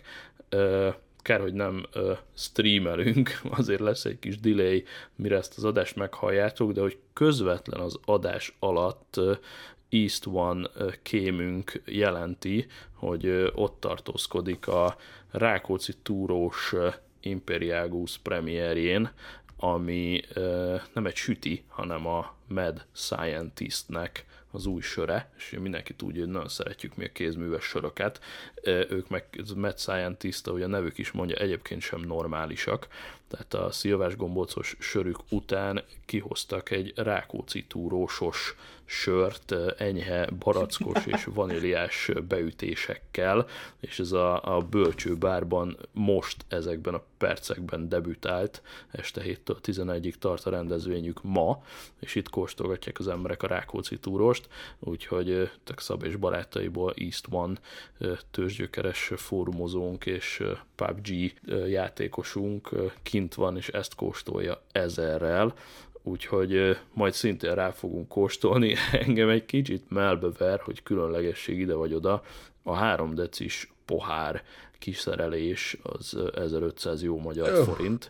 kár, hogy nem uh, streamelünk, azért lesz egy kis delay, mire ezt az adást meghalljátok, de hogy közvetlen az adás alatt uh, East One uh, kémünk jelenti, hogy uh, ott tartózkodik a Rákóczi túrós uh, Imperiagus premierjén, ami uh, nem egy süti, hanem a Mad Scientistnek az új söre, és mindenki tudja, hogy nagyon szeretjük mi a kézműves söröket. Ők meg Mad Scientist, ahogy a nevük is mondja, egyébként sem normálisak. Tehát a szilvás gombócos sörük után kihoztak egy Rákóczi túrósos sört, enyhe barackos és vaníliás beütésekkel, és ez a, a bölcső bárban most ezekben a percekben debütált, este héttől tizenegyig tart a rendezvényük ma, és itt kóstolgatják az emberek a Rákóczi túrost, úgyhogy Szab és barátaiból East One tőzsgyökeres fórumozónk és pé u bé gé játékosunk kint van, és ezt kóstolja ezerrel, úgyhogy majd szintén rá fogunk kóstolni. Engem egy kicsit melbever, hogy különlegesség ide vagy oda, a három decis pohár kiszerelés az ezerötszáz jó magyar oh. forint.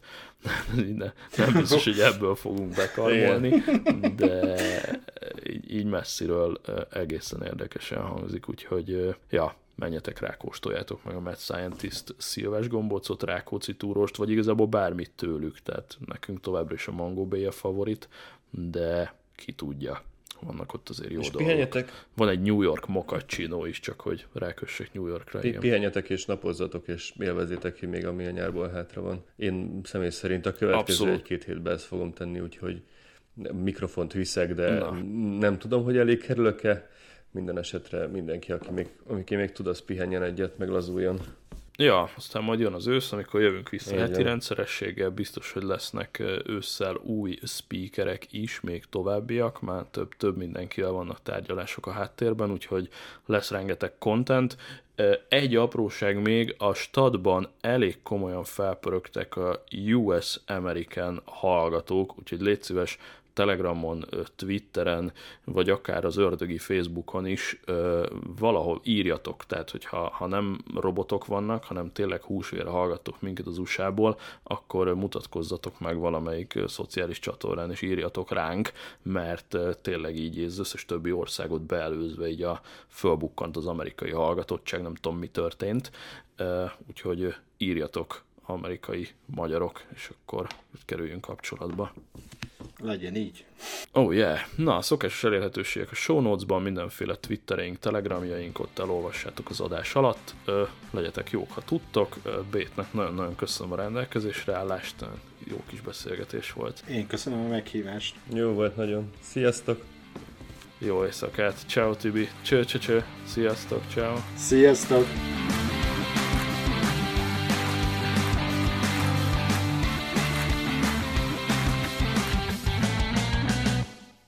Nem biztos, hogy ebből fogunk bekarmolni, de így, így messziről egészen érdekesen hangzik, úgyhogy ja, menjetek rá, kóstoljátok meg a Mad Scientist szilvás gombócot, Rákóczi túrost, vagy igazából bármit tőlük, tehát nekünk továbbra is a Mango Bay a favorit, de ki tudja, vannak ott azért jó és dolgok. Pihenjetek. Van egy New York mochaccino is, csak hogy rákössek New Yorkra. Pi- pihenjetek és napozzatok, és élvezzétek ki még, ami a nyárból hátra van. Én személy szerint a következő Abszolút. egy-két hétben ezt fogom tenni, úgyhogy mikrofont viszek, de Na. nem tudom, hogy elég kerülök-e. Minden esetre mindenki, aki még, aki még tud, az pihenjen egyet, meg lazuljon. Ja, aztán majd jön az ősz, amikor jövünk vissza Igen. heti rendszerességgel, biztos, hogy lesznek ősszel új speakerek is, még továbbiak, már több, több mindenkivel vannak tárgyalások a háttérben, úgyhogy lesz rengeteg content. Egy apróság még, a stadban elég komolyan felpörögtek a U S American hallgatók, úgyhogy légy szíves, Telegramon, Twitteren, vagy akár az ördögi Facebookon is valahol írjatok, tehát hogyha ha nem robotok vannak, hanem tényleg húsvérre hallgattok minket az u es á-ból, akkor mutatkozzatok meg valamelyik szociális csatornán, és írjatok ránk, mert tényleg így az összes többi országot beelőzve így a fölbukkant az amerikai hallgatottság, nem tudom mi történt, úgyhogy írjatok amerikai magyarok, és akkor kerüljünk kapcsolatba. Legyen így. Oh yeah! Na, szokásos elérhetőségek a show notes-ban, mindenféle twittereink, telegramjaink, ott elolvassátok az adás alatt. Ö, legyetek jók, ha tudtok. Bétnek nagyon-nagyon köszönöm a rendelkezésre állást, jó kis beszélgetés volt. Én köszönöm a meghívást. Jó volt nagyon. Sziasztok! Jó éjszakát! Ciao Tibi! Cső, cső, cső! Sziasztok! Ciao! Sziasztok!